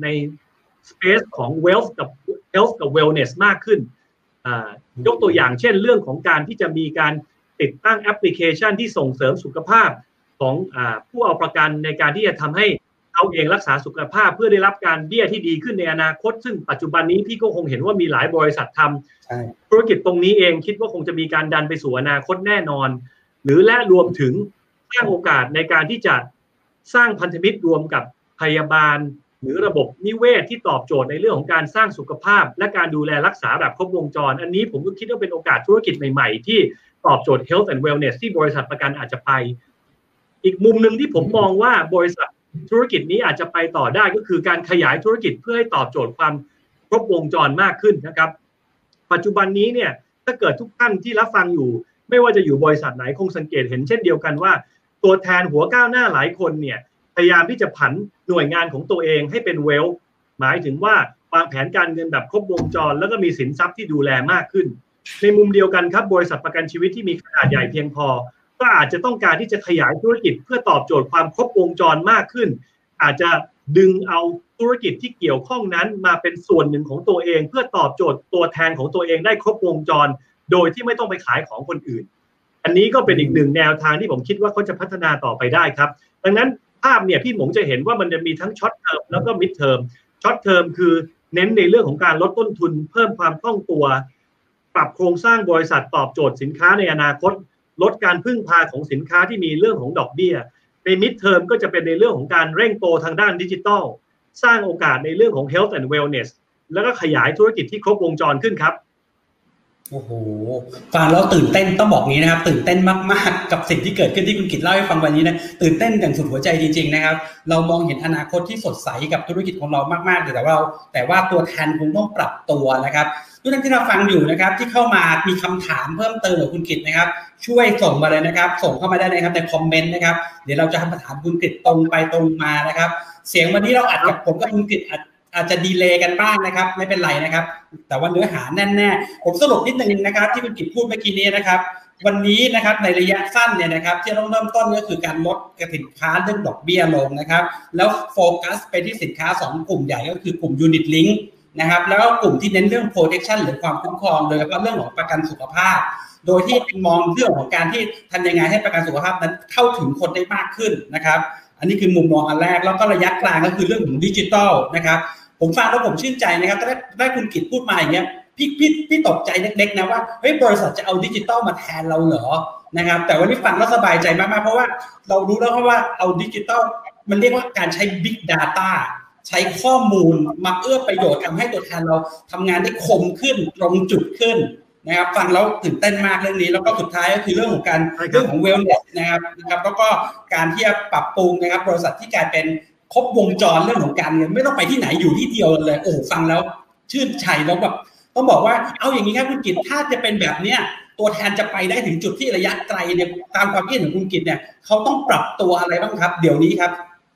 space ของ wealth กับ health กับ wellness มากขึ้นยกตัวอย่างเช่นเรื่องของการที่จะมีการติดตั้งแอปพลิเคชันที่ส่งเสริมสุขภาพของผู้เอาประกันในการที่จะทำให้เขาเองรักษาสุขภาพเพื่อได้รับการเบี้ยที่ดีขึ้นในอนาคตซึ่งปัจจุบันนี้พี่ก็คงเห็นว่ามีหลายบริษัททำธุรกิจตรงนี้เองคิดว่าคงจะมีการดันไปสู่อนาคตแน่นอนหรือและรวมถึงสร้างโอกาสในการที่จะสร้างพันธมิตรรวมกับพยาบาลหรือระบบนิเวศที่ตอบโจทย์ในเรื่องของการสร้างสุขภาพและการดูแลรักษาแบบครบวงจรอันนี้ผมก็คิดว่าเป็นโอกาสธุรกิจใหม่ๆที่ตอบโจทย์ health and wellness ที่บริษัทประกันอาจจะไปอีกมุมหนึ่งที่ผมมองว่าบริษัทธุรกิจนี้อาจจะไปต่อได้ก็คือการขยายธุรกิจเพื่อให้ตอบโจทย์ความครบวงจรมากขึ้นนะครับปัจจุบันนี้เนี่ยถ้าเกิดทุกท่านที่รับฟังอยู่ไม่ว่าจะอยู่บริษัทไหนคงสังเกตเห็นเช่นเดียวกันว่าตัวแทนหัวก้าวหน้าหลายคนเนี่ยพยายามที่จะผันหน่วยงานของตัวเองให้เป็นเวลหมายถึงว่าวางแผนการเงินแบบครบวงจรแล้วก็มีสินทรัพย์ที่ดูแลมากขึ้นในมุมเดียวกันครับบริษัทประกันชีวิตที่มีขนาดใหญ่เพียงพอก็อาจจะต้องการที่จะขยายธุรกิจเพื่อตอบโจทย์ความครบวงจรมากขึ้นอาจจะดึงเอาธุรกิจที่เกี่ยวข้องนั้นมาเป็นส่วนหนึ่งของตัวเองเพื่อตอบโจทย์ตัวแทนของตัวเองได้ครบวงจรโดยที่ไม่ต้องไปขายของคนอื่นอันนี้ก็เป็นอีกหนึ่งแนวทางที่ผมคิดว่าเขาจะพัฒนาต่อไปได้ครับดังนั้นภาพเนี่ยพี่หมงจะเห็นว่ามันจะมีทั้งช็อตเทอมแล้วก็มิดเทอมช็อตเทอมคือเน้นในเรื่องของการลดต้นทุนเพิ่มความคล่องตัวปรับโครงสร้างบริษัทตอบโจทย์สินค้าในอนาคตลดการพึ่งพาของสินค้าที่มีเรื่องของดอกเบี้ยในมิดเทอมก็จะเป็นในเรื่องของการเร่งโตทางด้านดิจิทัลสร้างโอกาสในเรื่องของ health and wellness แล้วก็ขยายธุรกิจที่ครบวงจรขึ้นครับโอ้โหฟังแล้วตื่นเต้นต้องบอกงี้นะครับตื่นเต้นมากๆกับสิ่งที่เกิดขึ้นที่คุณกิตเล่าให้ฟังวันนี้นะตื่นเต้นอย่างสุดหัวใจจริงๆนะครับเรามองเห็นอนาคตที่สดใสกับธุรกิจของเรามากๆแต่ว่าแต่ว่าตัวแทนคงต้องปรับตัวนะครับทุกท่านที่เราฟังอยู่นะครับที่เข้ามามีคำถามเพิ่มเติมกับคุณกิตนะครับช่วยส่งมาเลยนะครับส่งเข้ามาได้เลยครับในคอมเมนต์นะครับเดี๋ยวเราจะทำคำถามคุณกิตตรงไปตรงมานะครับเสียงวันนี้เราอัดกับผมกับคุณกิตอาจจะดีเลย์กันบ้างนะครับไม่เป็นไรนะครับแต่ว่าเนื้อหาแน่นแน่ผมสรุปนิดนึงนะครับที่คุณกิตพูดเมื่อกี้นี้นะครับวันนี้นะครับในระยะสั้นเนี่ยนะครับที่ต้องเริ่มต้นก็คือการลดสินค้าเรื่องดอกเบี้ยลงนะครับแล้วโฟกัสไปที่สินค้าสองกลุ่มใหญ่ก็คือกลุ่ม Unit Link นะครับแล้วก็กลุ่มที่เน้นเรื่อง protection หรือความคุ้มครองโดยเฉพาะเรื่องของประกันสุขภาพโดยที่มองเรื่องของการที่ทำยังไงให้ประกันสุขภาพนั้นเข้าถึงคนได้มากขึ้นนะครับอันนี้คือมุมมองอันแรกแล้วก็ระยะกลางก็คือเรื่องของดิจิทัลนะครับผมฟังแล้วผมชื่นใจนะครับได้ได้คุณกิตพูดมาอย่างเงี้ยพี่พี่พี่ตกใจเล็กๆนะว่าเฮ้ยบริษัทจะเอาดิจิตอลมาแทนเราเหรอนะครับแต่วันนี้ฟังแล้วสบายใจมากๆเพราะว่าเรารู้แล้วว่าเอาดิจิตอลมันเรียกว่าการใช้ Big Data ใช้ข้อมูลมาเอื้อประโยชน์ทำให้ตัวแทนเราทำงานได้คมขึ้นตรงจุดขึ้นนะครับฟังแล้วตื่นเต้นมากเรื่องนี้แล้วก็สุดท้ายก็คือเรื่องของการเรื่องของ Wellness นะครับนะครับแล้วก็การที่จะปรับปรุงนะครับบริษัทที่กลายเป็นครบวงจรเรื่องของการเงินไม่ต้องไปที่ไหนอยู่ที่เดียวเลยโอ้ฟังแล้วชื่นใจแล้วแบบต้องบอกว่าเอาอย่างนี้ครับคุณกิตถ้าจะเป็นแบบเนี้ยตัวแทนจะไปได้ถึงจุดที่ระยะไกลเนี่ยตามความคิดของคุณกิตเนี่ยเขาต้องปรับตัวอะไรบ้างครับเดี๋ยวนี้ครับ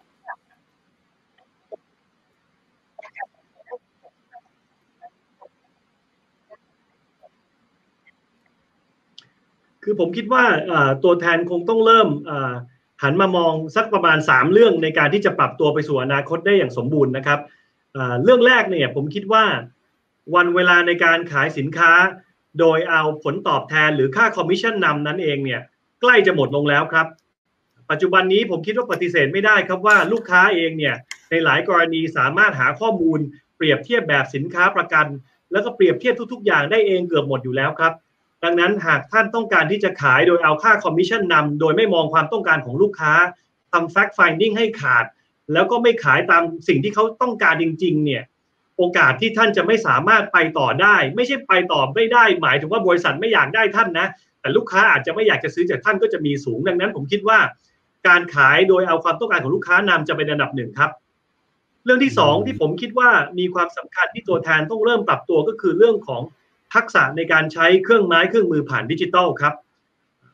คือผมคิดว่าตัวแทนคงต้องเริ่มหันมามองสักประมาณสามเรื่องในการที่จะปรับตัวไปสู่อนาคตได้อย่างสมบูรณ์นะครับเรื่องแรกเนี่ยผมคิดว่าวันเวลาในการขายสินค้าโดยเอาผลตอบแทนหรือค่าคอมมิชชั่นนำนั้นเองเนี่ยใกล้จะหมดลงแล้วครับปัจจุบันนี้ผมคิดว่าปฏิเสธไม่ได้ครับว่าลูกค้าเองเนี่ยในหลายกรณีสามารถหาข้อมูลเปรียบเทียบแบบสินค้าประกันแล้วก็เปรียบเทียบทุกๆอย่างได้เองเกือบหมดอยู่แล้วครับดังนั้นหากท่านต้องการที่จะขายโดยเอาค่าคอมมิชชั่นนำโดยไม่มองความต้องการของลูกค้าทำ fact finding ให้ขาดแล้วก็ไม่ขายตามสิ่งที่เขาต้องการจริงๆเนี่ยโอกาสที่ท่านจะไม่สามารถไปต่อได้ไม่ใช่ไปต่อไม่ได้หมายถึงว่าบริษัทไม่อยากได้ท่านนะแต่ลูกค้าอาจจะไม่อยากจะซื้อจากท่านก็จะมีสูงดังนั้นผมคิดว่าการขายโดยเอาความต้องการของลูกค้านำจะเป็นอันดับหนึ่งครับเรื่องที่สองที่ผมคิดว่ามีความสำคัญที่ตัวแทนต้องเริ่มปรับตัวก็คือเรื่องของทักษะในการใช้เครื่องไม้เครื่องมือผ่านดิจิทัลครับ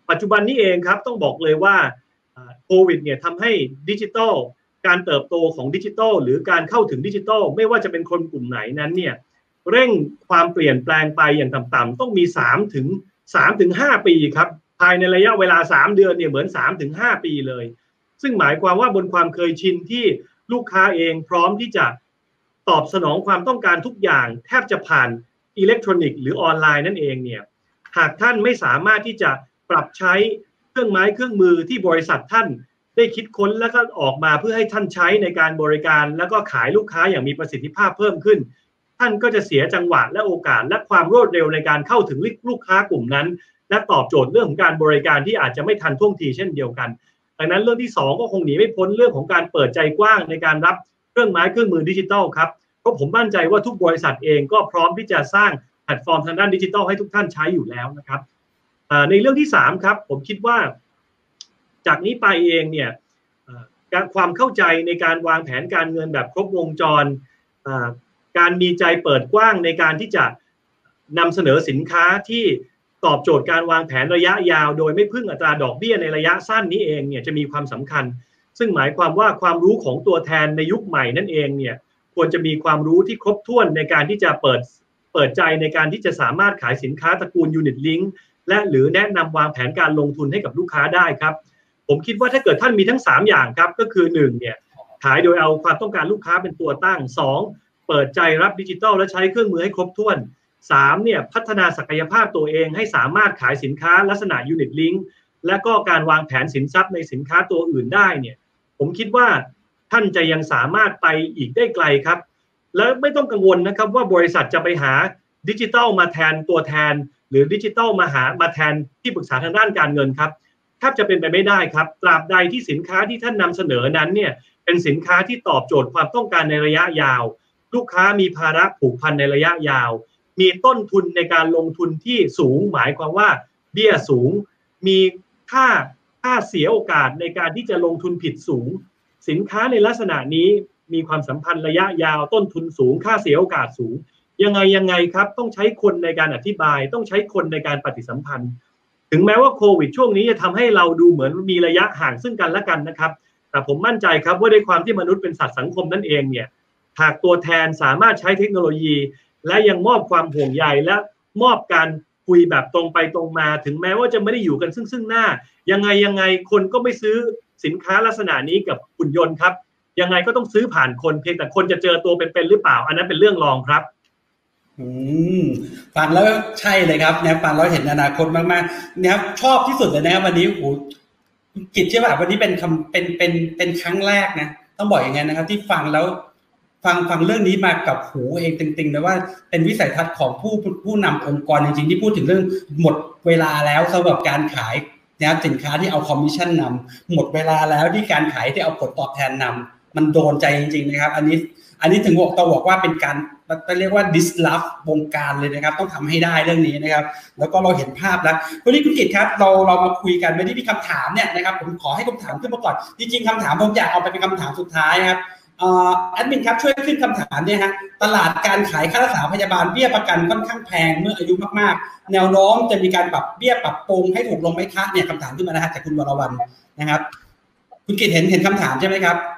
ปัจจุบันนี้เองครับต้องบอกเลยว่าโควิดเนี่ยทำให้ดิจิทัลการเติบโตของดิจิทัลหรือการเข้าถึงดิจิทัลไม่ว่าจะเป็นคนกลุ่มไหนนั้นเนี่ยเร่งความเปลี่ยนแปลงไปอย่างต่ำๆต้องมีสามถึงสามถึงห้าปีครับภายในระยะเวลาสามเดือนเนี่ยเหมือน สามถึงห้า ปีเลยซึ่งหมายความว่าบนความเคยชินที่ลูกค้าเองพร้อมที่จะตอบสนองความต้องการทุกอย่างแทบจะผ่านอิเล็กทรอนิกส์หรือออนไลน์นั่นเองเนี่ยหากท่านไม่สามารถที่จะปรับใช้เครื่องไม้เครื่องมือที่บริษัทท่านได้คิดค้นแล้วก็ออกมาเพื่อให้ท่านใช้ในการบริการแล้วก็ขายลูกค้าอย่างมีประสิทธิภาพเพิ่มขึ้นท่านก็จะเสียจังหวะและโอกาสและความรวดเร็วในการเข้าถึงลูกค้ากลุ่มนั้นและตอบโจทย์เรื่องของการบริการที่อาจจะไม่ทันท่วงทีเช่นเดียวกันดังนั้นเรื่องที่สองก็คงหนีไม่พ้นเรื่องของการเปิดใจกว้างในการรับเครื่องไม้เครื่องมือดิจิทัลครับเพราะผมมั่นใจว่าทุกบริษัทเองก็พร้อมที่จะสร้างแพลตฟอร์มทางด้านดิจิทัลให้ทุกท่านใช้อยู่แล้วนะครับในเรื่องที่สามครับผมคิดว่าจากนี้ไปเองเนี่ยการความเข้าใจในการวางแผนการเงินแบบครบวงจรการมีใจเปิดกว้างในการที่จะนำเสนอสินค้าที่ตอบโจทย์การวางแผนระยะยาวโดยไม่พึ่งอัตราดอกเบี้ยในระยะสั้นนี้เองเนี่ยจะมีความสำคัญซึ่งหมายความว่าความรู้ของตัวแทนในยุคใหม่นั่นเองเนี่ยควรจะมีความรู้ที่ครบถ้วนในการที่จะเปิดเปิดใจในการที่จะสามารถขายสินค้าตระกูลยูนิตลิงก์และหรือแนะนำวางแผนการลงทุนให้กับลูกค้าได้ครับผมคิดว่าถ้าเกิดท่านมีทั้งสามอย่างครับก็คือหนึ่งเนี่ยขายโดยเอาความต้องการลูกค้าเป็นตัวตั้งสองเปิดใจรับดิจิทัลและใช้เครื่องมือให้ครบถ้วนสามเนี่ยพัฒนาศักยภาพตัวเองให้สามารถขายสินค้าลักษณะยูนิตลิงก์และก็การวางแผนสินทรัพย์ในสินค้าตัวอื่นได้เนี่ยผมคิดว่าท่านจะยังสามารถไปอีกได้ไกลครับและไม่ต้องกังวลนะครับว่าบริษัทจะไปหาดิจิทัลมาแทนตัวแทนหรือดิจิทัลมาหามาแทนที่ปรึกษาทางด้านการเงินครับแทบจะเป็นไปไม่ได้ครับตราบใดที่สินค้าที่ท่านนำเสนอนั้นเนี่ยเป็นสินค้าที่ตอบโจทย์ความต้องการในระยะยาวลูกค้ามีภาระผูกพันในระยะยาวมีต้นทุนในการลงทุนที่สูงหมายความว่าเบี้ยสูงมีค่าค่าเสียโอกาสในการที่จะลงทุนผิดสูงสินค้าในลักษณะนี้มีความสัมพันธ์ระยะยาวต้นทุนสูงค่าเสียโอกาสสูงยังไงยังไงครับต้องใช้คนในการอธิบายต้องใช้คนในการปฏิสัมพันธ์ถึงแม้ว่าโควิดช่วงนี้จะทำให้เราดูเหมือนมีระยะห่างซึ่งกันและกันนะครับแต่ผมมั่นใจครับว่าด้วยความที่มนุษย์เป็นสัตว์สังคมนั่นเองเนี่ยหากตัวแทนสามารถใช้เทคโนโลยีและยังมอบความห่วงใยและมอบการคุยแบบตรงไปตรงมาถึงแม้ว่าจะไม่ได้อยู่กันซึ่งซึ่งหน้ายังไงยังไงคนก็ไม่ซื้อสินค้าลักษณะนี้กับหุ่นยนต์ครับยังไงก็ต้องซื้อผ่านคนเพียงแต่คนจะเจอตัวเป็นๆหรือเปล่าอันนั้นเป็นเรื่องรองครับอืมฟังแล้วใช่เลยครับเนี่ยฟังแล้วเห็นอนาคตมากๆเนี่ยชอบที่สุดเลยนะครับวันนี้โอ้กิจใช่ป่ะวันนี้เป็นคำเป็นเป็นเป็นครั้งแรกนะต้องบอกอย่างงั้นนะครับที่ฟังแล้วฟังฟังเรื่องนี้มากับหูเองจริงๆเลยว่าเป็นวิสัยทัศน์ของผู้ผู้นำองค์กรจริงๆที่พูดถึงเรื่องหมดเวลาแล้วสำหรับการขายนะครับสินค้าที่เอาคอมมิชชั่นนำหมดเวลาแล้วที่การขายที่เอาผลตอบแทนนำมันโดนใจจริงๆนะครับอันนี้อันนี้ถึงบอกต้องบอกว่าเป็นการเรียกว่า disrupt วงการเลยนะครับต้องทำให้ได้เรื่องนี้นะครับแล้วก็เราเห็นภาพแล้ววันนี้คุณกิตครับเราเรามาคุยกันไม่ได้มีคำถามเนี่ยนะครับผมขอให้คำถามขึ้นมาก่อนจริงๆคำถามผมอยากเอาไปเป็นคำถามสุดท้ายครับแอดมินครับช่วยขึ้นคำถามเนี่ยฮะตลาดการขายค่ารักษาพยาบาลเบี้ยประกันค่อนข้างแพงเมื่ออายุมากๆแนวโน้มจะมีการปรับเบี้ยปรับปรุงให้ถูกลงไหมคะเนี่ยคำถามขึ้นมานะฮะจากคุณวรวรรณนะครับคุณกิตเห็นเห็นคำถามใช่ไหมครับ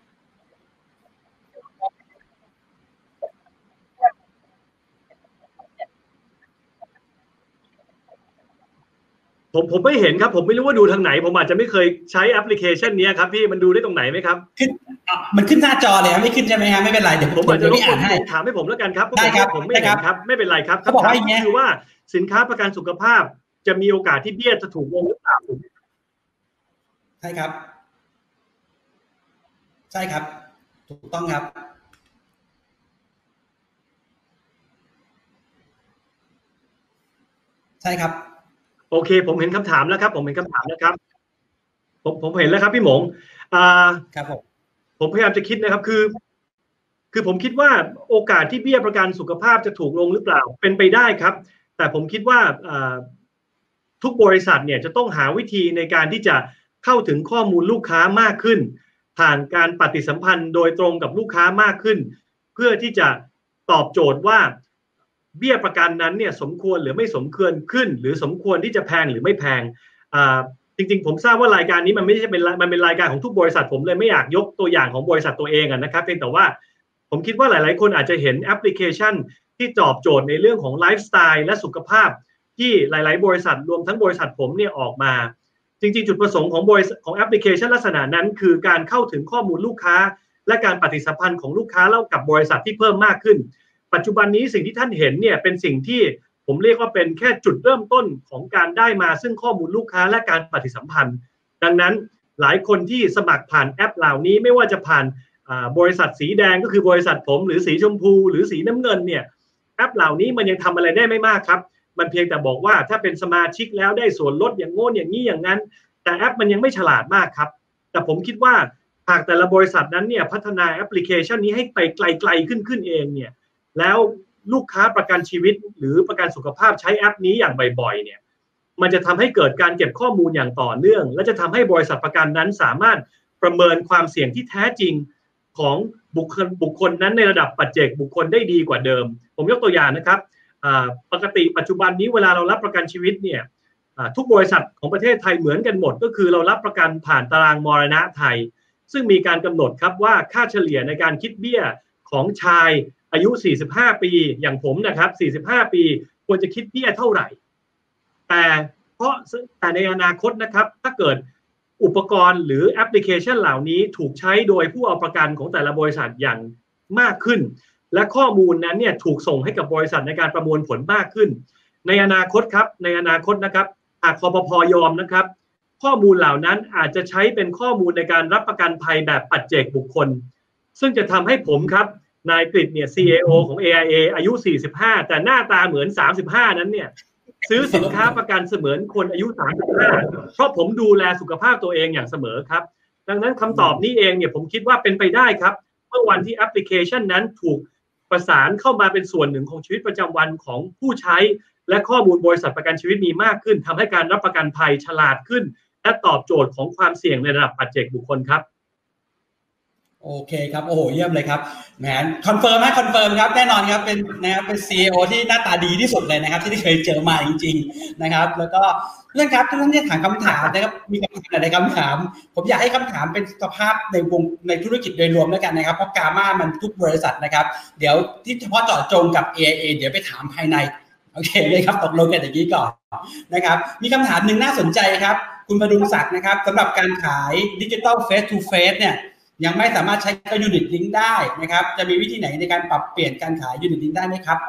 ผมผมไม่เห็นครับผมไม่รู้ว่าดูทางไหนผมอาจจะไม่เคยใช้แอปพลิเคชันนี้ครับพี่มันดูได้ตรงไหนไหมครับขึ้นมันขึ้นหน้าจอเลยครับไม่ขึ้นใช่ไหมครับไม่เป็นไรเดี๋ยวผมอาจจะรบกวนถามให้ผมแล้วกันครับได้ครับผมไม่เห็นครับไม่เป็นไรครับเขาบอกว่าอย่างนี้คือว่าสินค้าประกันสุขภาพจะมีโอกาสที่เบี้ยจะถูกลงหรือเปล่าใช่ครับใช่ครับถูกต้องครับใช่ครับโอเคผมเห็นคำถามแล้วครับผมเห็นคำถามแล้วครับผมผมเห็นแล้วครับพี่หมงอ่าครับผมผมพยายามจะคิดนะครับคือคือผมคิดว่าโอกาสที่เบี้ยประกันสุขภาพจะถูกลงหรือเปล่าเป็นไปได้ครับแต่ผมคิดว่าทุกบริษัทเนี่ยจะต้องหาวิธีในการที่จะเข้าถึงข้อมูลลูกค้ามากขึ้นผ่านการปฏิสัมพันธ์โดยตรงกับลูกค้ามากขึ้นเพื่อที่จะตอบโจทย์ว่าเบี้ยประกันนั้นเนี่ยสมควรหรือไม่สมควรขึ้นหรือสมควรที่จะแพงหรือไม่แพงอ่าจริงๆผมทราบว่ารายการนี้มันไม่ใช่เป็นมันเป็นรายการของทุกบริษัทผมเลยไม่อยากยกตัวอย่างของบริษัทตัวเองนะครับเพียงแต่ว่าผมคิดว่าหลายๆคนอาจจะเห็นแอปพลิเคชันที่ตอบโจทย์ในเรื่องของไลฟ์สไตล์และสุขภาพที่หลายๆบริษัทรวมทั้งบริษัทผมเนี่ยออกมาจริงๆจุดประสงค์ของบริษัทของแอปพลิเคชันลักษณะนั้นคือการเข้าถึงข้อมูลลูกค้าและการปฏิสัมพันธ์ของลูกค้าแล้วกับบริษัทที่เพิ่มมากขึ้นปัจจุบันนี้สิ่งที่ท่านเห็นเนี่ยเป็นสิ่งที่ผมเรียกว่าเป็นแค่จุดเริ่มต้นของการได้มาซึ่งข้อมูลลูกค้าและการปฏิสัมพันธ์ดังนั้นหลายคนที่สมัครผ่านแอปเหล่านี้ไม่ว่าจะผ่านบริษัทสีแดงก็คือบริษัทผมหรือสีชมพูหรือสีน้ำเงินเนี่ยแอปเหล่านี้มันยังทำอะไรได้ไม่มากครับมันเพียงแต่บอกว่าถ้าเป็นสมาชิกแล้วได้ส่วนลดอย่างโง่อย่างนี้อย่างนั้นแต่แอปมันยังไม่ฉลาดมากครับแต่ผมคิดว่าหากแต่ละบริษัทนั้นเนี่ยพัฒนาแอปพลิเคชันนี้ให้ไปไกลๆขึ้นขึ้นเองเนี่ยแล้วลูกค้าประกันชีวิตหรือประกันสุขภาพใช้แอปนี้อย่างบ่อยๆเนี่ยมันจะทำให้เกิดการเก็บข้อมูลอย่างต่อเนื่องและจะทำให้บริษัทประกันนั้นสามารถประเมินความเสี่ยงที่แท้จริงของบุคคลบุคคลนั้นในระดับปัจเจกบุคคลได้ดีกว่าเดิมผมยกตัวอย่างนะครับปกติปัจจุบันนี้เวลาเรารับประกันชีวิตเนี่ยทุกบริษัทของประเทศไทยเหมือนกันหมดก็คือเรารับประกันผ่านตารางมรณะไทยซึ่งมีการกำหนดครับว่าค่าเฉลี่ยในการคิดเบี้ยของชายอายุสี่สิบห้าปีอย่างผมนะครับสี่สิบห้าปีควรจะคิดเบี้ยเท่าไหร่แต่เพราะแต่ในอนาคตนะครับถ้าเกิดอุปกรณ์หรือแอปพลิเคชันเหล่านี้ถูกใช้โดยผู้เอาประกันของแต่ละบริษัทอย่างมากขึ้นและข้อมูลนั้นเนี่ยถูกส่งให้กับบริษัทในการประมวลผลมากขึ้นในอนาคตครับในอนาคตนะครับหากคปภ.ยอมนะครับข้อมูลเหล่านั้นอาจจะใช้เป็นข้อมูลในการรับประกันภัยแบบปัจเจกบุคคลซึ่งจะทำให้ผมครับนายกฤษเนี่ย ซี เอ โอ ของ เอ ไอ เอ อายุสี่สิบห้าแต่หน้าตาเหมือนสามสิบห้านั้นเนี่ยซื้อสินค้าประกันเสมือนคนอายุสามสิบห้าเพราะผมดูแลสุขภาพตัวเองอย่างเสมอครับดังนั้นคำตอบนี้เองเนี่ยผมคิดว่าเป็นไปได้ครับเมื่อวันที่แอปพลิเคชันนั้นถูกประสานเข้ามาเป็นส่วนหนึ่งของชีวิตประจำวันของผู้ใช้และข้อมูลบริษัทประกันชีวิตมีมากขึ้นทำให้การรับประกันภัยฉลาดขึ้นและตอบโจทย์ของความเสี่ยงในระดับปัจเจกบุคคลครับโอเคครับโอ้โหเยี่ยมเลยครับแหมคอนเฟิร์มไหมคอนเฟิร์มครับแน่นอนครับเป็นนะครับเป็น ซี อี โอ ที่หน้าตาดีที่สุดเลยนะครับที่ได้เคยเจอมาจริงๆนะครับแล้วก็เรื่องครับทุกท่านที่ถามคำถามนะครับมีคำถามอะไรคำถามผมอยากให้คำถามเป็นสภาพในวงในธุรกิจโดยรวมแล้วกันนะครับเพราะกาม่ามันทุกบริษัทนะครับเดี๋ยวที่เฉพาะเจาะจงกับ เอ ไอ เอ เดี๋ยวไปถามภายในโอเคเลยครับตกลงกันอย่างนี้ก่อนนะครับมีคำถามหนึ่งน่าสนใจครับคุณบดุงศักดิ์นะครับสำหรับการขายดิจิทัลเฟสทูเฟสเนี่ยยังไม่สามารถใช้กับ Unit Link ได้นะครับจะมีวิธีไหนในการปรับเปลี่ยนการขาย Unit Link ได้ไหมครับ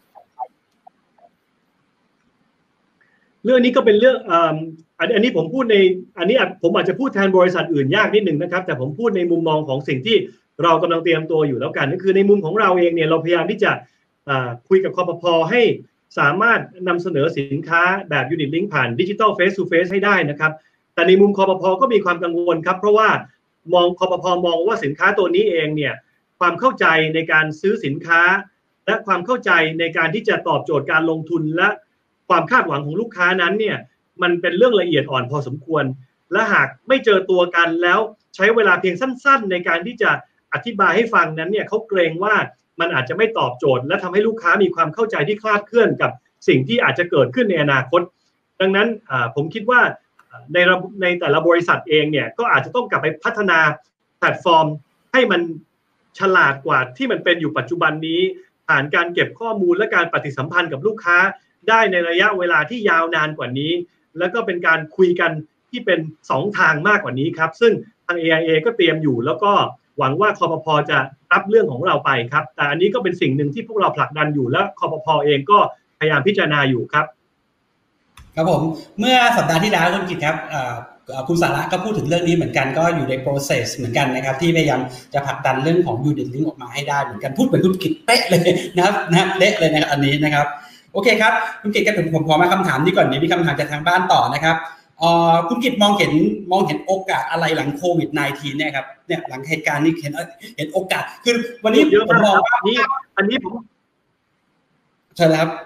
เรื่องนี้ก็เป็นเรื่องอ่าอันนี้ผมพูดในอันนี้ผมอาจจะพูดแทนบริษัทอื่นยากนิดนึงนะครับแต่ผมพูดในมุมมองของสิ่งที่เรากำลังเตรียมตัวอยู่แล้วกันก็คือในมุมของเราเองเนี่ยเราพยายามที่จะคุยกับคปภ.ให้สามารถนำเสนอสินค้าแบบ Unit Link ผ่าน Digital Face to Face ให้ได้นะครับแต่ในมุมคปภ.ก็มีความกังวลครับเพราะว่ามองคปภ.มองว่าสินค้าตัวนี้เองเนี่ยความเข้าใจในการซื้อสินค้าและความเข้าใจในการที่จะตอบโจทย์การลงทุนและความคาดหวังของลูกค้านั้นเนี่ยมันเป็นเรื่องละเอียดอ่อนพอสมควรและหากไม่เจอตัวกันแล้วใช้เวลาเพียงสั้นๆในการที่จะอธิบายให้ฟังนั้นเนี่ยเขาเกรงว่ามันอาจจะไม่ตอบโจทย์และทำให้ลูกค้ามีความเข้าใจที่คลาดเคลื่อนกับสิ่งที่อาจจะเกิดขึ้นในอนาคตดังนั้นผมคิดว่าในในแต่ละบริษัทเองเนี่ยก็อาจจะต้องกลับไปพัฒนาแพลตฟอร์มให้มันฉลาดกว่าที่มันเป็นอยู่ปัจจุบันนี้ผ่านการเก็บข้อมูลและการปฏิสัมพันธ์กับลูกค้าได้ในระยะเวลาที่ยาวนานกว่านี้แล้วก็เป็นการคุยกันที่เป็นสองทางมากกว่านี้ครับซึ่งทาง เอ ไอ เอ ก็เตรียมอยู่แล้วก็หวังว่าคปภ.จะรับเรื่องของเราไปครับแต่อันนี้ก็เป็นสิ่งหนึ่งที่พวกเราผลักดันอยู่และคปภ.เองก็พยายามพิจารณาอยู่ครับครับผมเมื่อสัปดาห์ที่แล้วคุณกิตครับคุณสาระก็พูดถึงเรื่องนี้เหมือนกันก็อยู่ใน process เหมือนกันนะครับที่พยายามจะผลักดันเรื่องของ Unit Link ออกมาให้ได้เหมือนกันพูดเหมือนคุณกิตเป๊ะเลยนะครับนะเละเลยนะครับอันนี้นะครับโอเคครับคุณกิตก็ผมผมขอมาคำถามนี้ก่อนนี้มีคำถามจากทางบ้านต่อนะครับคุณกิตมองเห็นมองเห็นโอกาสอะไรหลังโควิด สิบเก้า เนี่ยครับเนี่ยหลังเหตุการณ์นี้เห็นเห็นโอกาสคือวันนี้ผมมองว่านี้อันนี้ผมใช่ครับ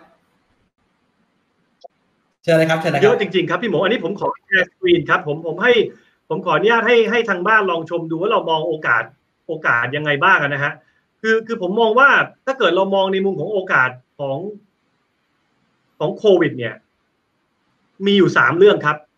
เชิญเลยครับเชิญเลยครับเยอะจริงๆครับพี่หมูอันนี้ผมขอแชร์สกรีนครับผมผมให้ผมขออนุญาตให้ให้ทางบ้านลองชมดูว่าเรามองโอกาสโอกาสยังไงบ้างนะฮะคือคือผมมองว่าถ้าเกิดเรามองในมุมของโอกาสของของโควิดเนี่ยมีอยู่สามเรื่องครับ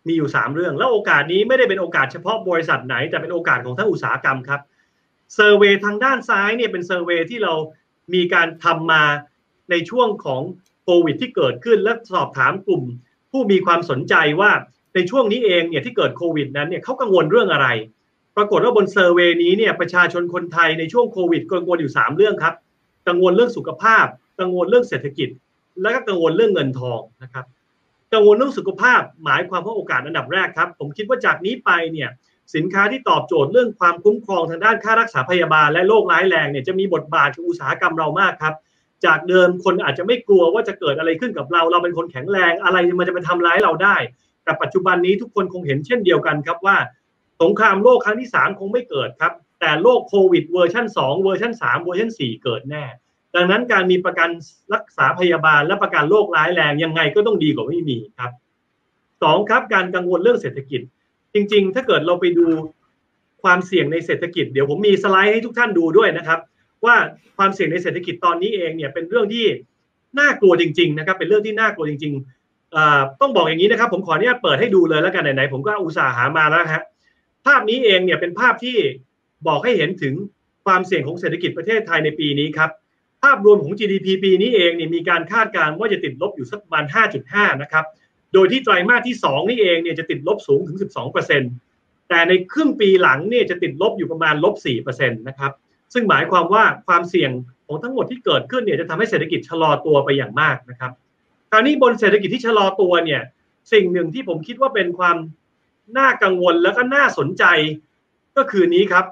มีอยู่สามเรื่องแล้วโอกาสนี้ไม่ได้เป็นโอกาสเฉพาะบริษัทไหนแต่เป็นโอกาสของทั้งอุตสาหกรรมครับเซอร์เวย์ทางด้านซ้ายเนี่ยเป็นเซอร์เวย์ที่เรามีการทำมาในช่วงของโควิดที่เกิดขึ้นและสอบถามกลุ่มผู้มีความสนใจว่าในช่วงนี้เองเนี่ยที่เกิดโควิดนั้นเนี่ยเขากังวลเรื่องอะไรปรากฏว่าบนเซอร์เวย์นี้เนี่ยประชาชนคนไทยในช่วงโควิดกังวลอยู่สามเรื่องครับกังวลเรื่องสุขภาพกังวลเรื่องเศรษฐกิจและก็กังวลเรื่องเงินทองนะครับกังวลเรื่องสุขภาพหมายความว่าโอกาสอันดับแรกครับผมคิดว่าจากนี้ไปเนี่ยสินค้าที่ตอบโจทย์เรื่องความคุ้มครองทางด้านค่ารักษาพยาบาลและโรคร้ายแรงเนี่ยจะมีบทบาทกับอุตสาหกรรมเรามากครับจากเดิมคนอาจจะไม่กลัวว่าจะเกิดอะไรขึ้นกับเราเราเป็นคนแข็งแรงอะไรมันจะมาทำร้ายเราได้แต่ปัจจุบันนี้ทุกคนคงเห็นเช่นเดียวกันครับว่าสงครามโลกครั้งที่สามคงไม่เกิดครับแต่โรคโควิดเวอร์ชันสองเวอร์ชันสามเวอร์ชันสี่เกิดแน่ดังนั้นการมีประกันรักษาพยาบาลและประกันโรคร้ายแรงยังไงก็ต้องดีกว่าไม่มีครับสองครับการกังวลเรื่องเศรษฐกิจจริงๆถ้าเกิดเราไปดูความเสี่ยงในเศรษฐกิจเดี๋ยวผมมีสไลด์ให้ทุกท่านดูด้วยนะครับว่าความเสี่ยงในเศรษฐกิจตอนนี้เองเนี่ยเป็นเรื่องที่น่ากลัวจริงๆนะครับเป็นเรื่องที่น่ากลัวจริงๆต้องบอกอย่างนี้นะครับผมขออนุญาตเปิดให้ดูเลยแล้วกันไหนๆผมก็อุตส่าห์หามาแล้วฮะภาพนี้เองเนี่ยเป็นภาพที่บอกให้เห็นถึงความเสี่ยงของเศรษฐกิจประเทศไทยในปีนี้ครับภาพรวมของ จี ดี พี ปีนี้เองเนี่ยมีการคาดการณ์ว่าจะติดลบอยู่สักประมาณ ห้าจุดห้า นะครับโดยที่ไตรมาสที่สองนี่เองเนี่ยจะติดลบสูงถึง สิบสองเปอร์เซ็นต์ แต่ในครึ่งปีหลังเนี่ยจะติดลบอยู่ประมาณลบ สี่เปอร์เซ็นต์ นะครับซึ่งหมายความว่าความเสี่ยงของทั้งหมดที่เกิดขึ้นเนี่ยจะทำให้เศรษฐกิจชะลอตัวไปอย่างมากนะครับคราวนี้บนเศรษฐกิจที่ชะลอตัวเนี่ยสิ่งหนึ่งที่ผมคิดว่าเป็นความน่ากังวลแล้วก็น่าสนใจก็คือนี้ครับ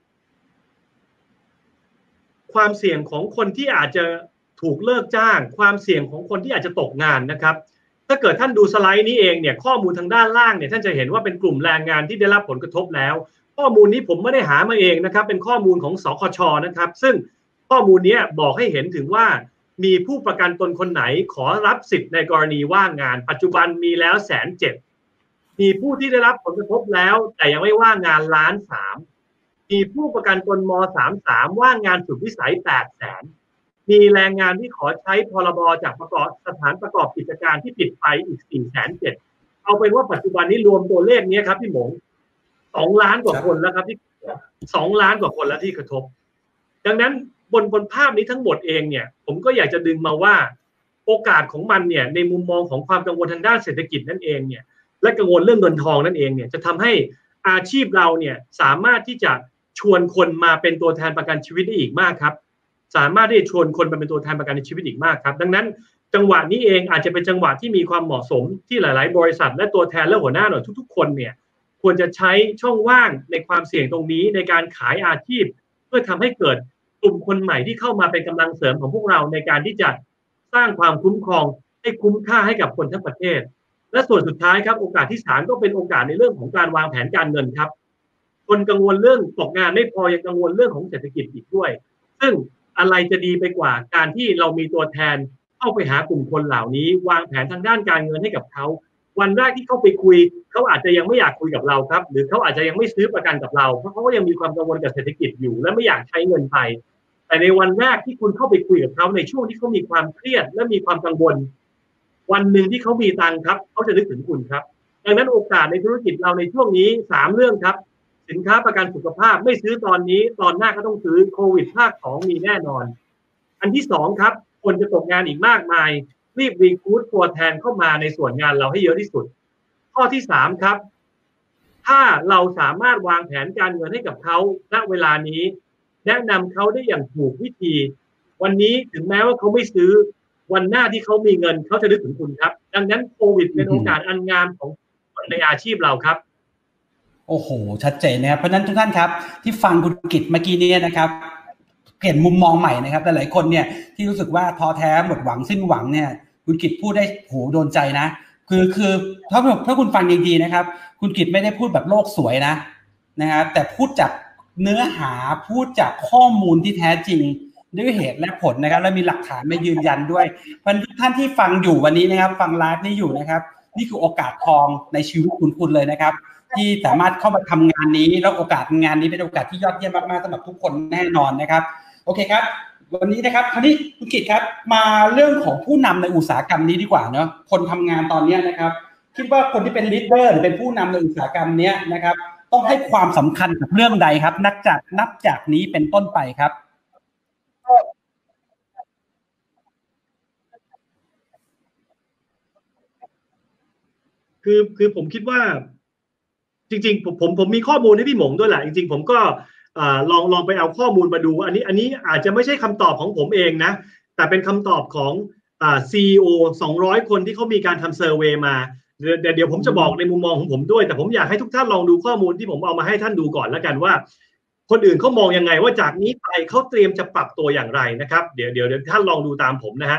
ความเสี่ยงของคนที่อาจจะถูกเลิกจ้างความเสี่ยงของคนที่อาจจะตกงานนะครับถ้าเกิดท่านดูสไลด์นี้เองเนี่ยข้อมูลทางด้านล่างเนี่ยท่านจะเห็นว่าเป็นกลุ่มแรงงานที่ได้รับผลกระทบแล้วข้อมูลนี้ผมไม่ได้หามาเองนะครับเป็นข้อมูลของสคช.นะครับซึ่งข้อมูลนี้บอกให้เห็นถึงว่ามีผู้ประกันตนคนไหนขอรับสิทธิ์ในกรณีว่างงานปัจจุบันมีแล้วแสนเจ็ดมีผู้ที่ได้รับผลกระทบแล้วแต่ยังไม่ว่างงานล้านสามมีผู้ประกันตนม.สามสิบสามว่างงานสุดวิสัยแปดแสนมีแรงงานที่ขอใช้พรบจากประกอบสถานประกอบกิจการที่ปิดไปอีก สี่แสนเจ็ดหมื่น เอาเป็นว่าปัจจุบันนี้รวมตัวเลขนี้ครับพี่หมงสองล้านกว่าคนแล้วครับที่สองล้านกว่าคนแล้วที่กระทบดังนั้นบนบนภาพนี้ทั้งหมดเองเนี่ยผมก็อยากจะดึงมาว่าโอกาสของมันเนี่ยในมุมมองของความกังวลทางด้านเศรษฐกิจนั่นเองเนี่ยและกังวลเรื่องเงินทองนั่นเองเนี่ยจะทำให้อาชีพเราเนี่ยสามารถที่จะชวนคนมาเป็นตัวแทนประกันชีวิตได้อีกมากครับสามารถที่จะชวนคนมาเป็นตัวแทนประกันชีวิตอีกมากครับดังนั้นจังหวะนี้เองอาจจะเป็นจังหวะที่มีความเหมาะสมที่หลายๆบริษัทและตัวแทนและหัวหน้าหน่วยทุกๆคนเนี่ยควรจะใช้ช่องว่างในความเสี่ยงตรงนี้ในการขายอาชีพเพื่อทำให้เกิดกลุ่มคนใหม่ที่เข้ามาเป็นกำลังเสริมของพวกเราในการที่จะสร้างความคุ้มครองให้คุ้มค่าให้กับคนทั้งประเทศและส่วนสุดท้ายครับโอกาสที่สามก็เป็นโอกาสในเรื่องของการวางแผนการเงินครับคนกังวลเรื่องตกงานไม่พอยังกังวลเรื่องของเศรษฐกิจอีกด้วยซึ่งอะไรจะดีไปกว่าการที่เรามีตัวแทนเข้าไปหากลุ่มคนเหล่านี้วางแผนทางด้านการเงินให้กับเขาวันแรกที่เขาไปคุยเขาอาจจะยังไม่อยากคุยกับเราครับหรือเขาอาจจะยังไม่ซื้อประกันกับเราเพราะเขาก็ยังมีความกังวลกับเศรษฐกิจอยู่และไม่อยากใช้เงินไปแต่ในวันแรกที่คุณเข้าไปคุยกับเขาในช่วงที่เขามีความเครียดและมีความกังวลวันหนึ่งที่เขามีตังค์ครับเขาจะนึกถึงคุณครับดังนั้นโอกาสในธุรกิจเราในช่วงนี้สามเรื่องครับสินค้าประกันสุขภาพไม่ซื้อตอนนี้ตอนหน้าก็ต้องซื้อโควิดภาคสองมีแน่นอนอันที่สองครับคนจะตกงานอีกมากมายรีบรีครูทตัวแทนเข้ามาในส่วนงานเราให้เยอะที่สุดข้อที่สามครับถ้าเราสามารถวางแผนการเงินให้กับเขาณเวลานี้แนะนำเขาได้อย่างถูกวิธีวันนี้ถึงแม้ว่าเขาไม่ซื้อวันหน้าที่เขามีเงินเขาจะนึกถึงคุณครับดังนั้นโควิดเป็นโอกาสอันงามของในอาชีพเราครับโอ้โหชัดเจนนะครับเพราะฉะนั้นทุกท่านครับที่ฟังคุณกิตเมื่อกี้นี้นะครับเห็นมุมมองใหม่นะครับหลายๆคนเนี่ยที่รู้สึกว่าท้อแท้หมดหวังสิ้นหวังเนี่ยคุณกิตพูดได้โหโดนใจนะคือคือถ้าถ้าคุณฟังดีๆนะครับคุณกิตไม่ได้พูดแบบโลกสวยนะนะครับแต่พูดจากเนื้อหาพูดจากข้อมูลที่แท้จริงด้วยเหตุและผลนะครับและมีหลักฐานมายืนยันด้วยเพราะทุกท่านที่ฟังอยู่วันนี้นะครับฟังไลฟ์นี้อยู่นะครับนี่คือโอกาสทองในชีวิตคุณคุณเลยนะครับที่สามารถเข้ามาทำงานนี้แล้วโอกาสงานนี้เป็นโอกาสที่ยอดเยี่ยมมากๆสำหรับทุกคนแน่นอนนะครับโอเคครับวันนี้นะครับคราวนี้คุณกิตครับมาเรื่องของผู้นำในอุตสาหกรรมนี้ดีกว่าเนาะคนทำงานตอนนี้นะครับคิดว่าคนที่เป็นลีดเดอร์หรือเป็นผู้นำในอุตสาหกรรมนี้นะครับต้องให้ความสำคัญกับเรื่องใดครับนับจากนับจากนี้เป็นต้นไปครับคือคือผมคิดว่าจริงๆผมผมผมมีข้อมูลให้พี่หมงด้วยแหละจริงๆผมก็ลองลองไปเอาข้อมูลมาดูอันนี้อันนี้อาจจะไม่ใช่คำตอบของผมเองนะแต่เป็นคำตอบของอ่า ซี อี โอ สองร้อยคนที่เขามีการทำเซอร์เวย์มาเดี๋ยวเดี๋ยวผมจะบอกในมุมมองของผมด้วยแต่ผมอยากให้ทุกท่านลองดูข้อมูลที่ผมเอามาให้ท่านดูก่อนแล้วกันว่าคนอื่นเขามองยังไงว่าจากนี้ไปเขาเตรียมจะปรับตัวอย่างไรนะครับเดี๋ยวเดี๋ยวท่านลองดูตามผมนะฮะ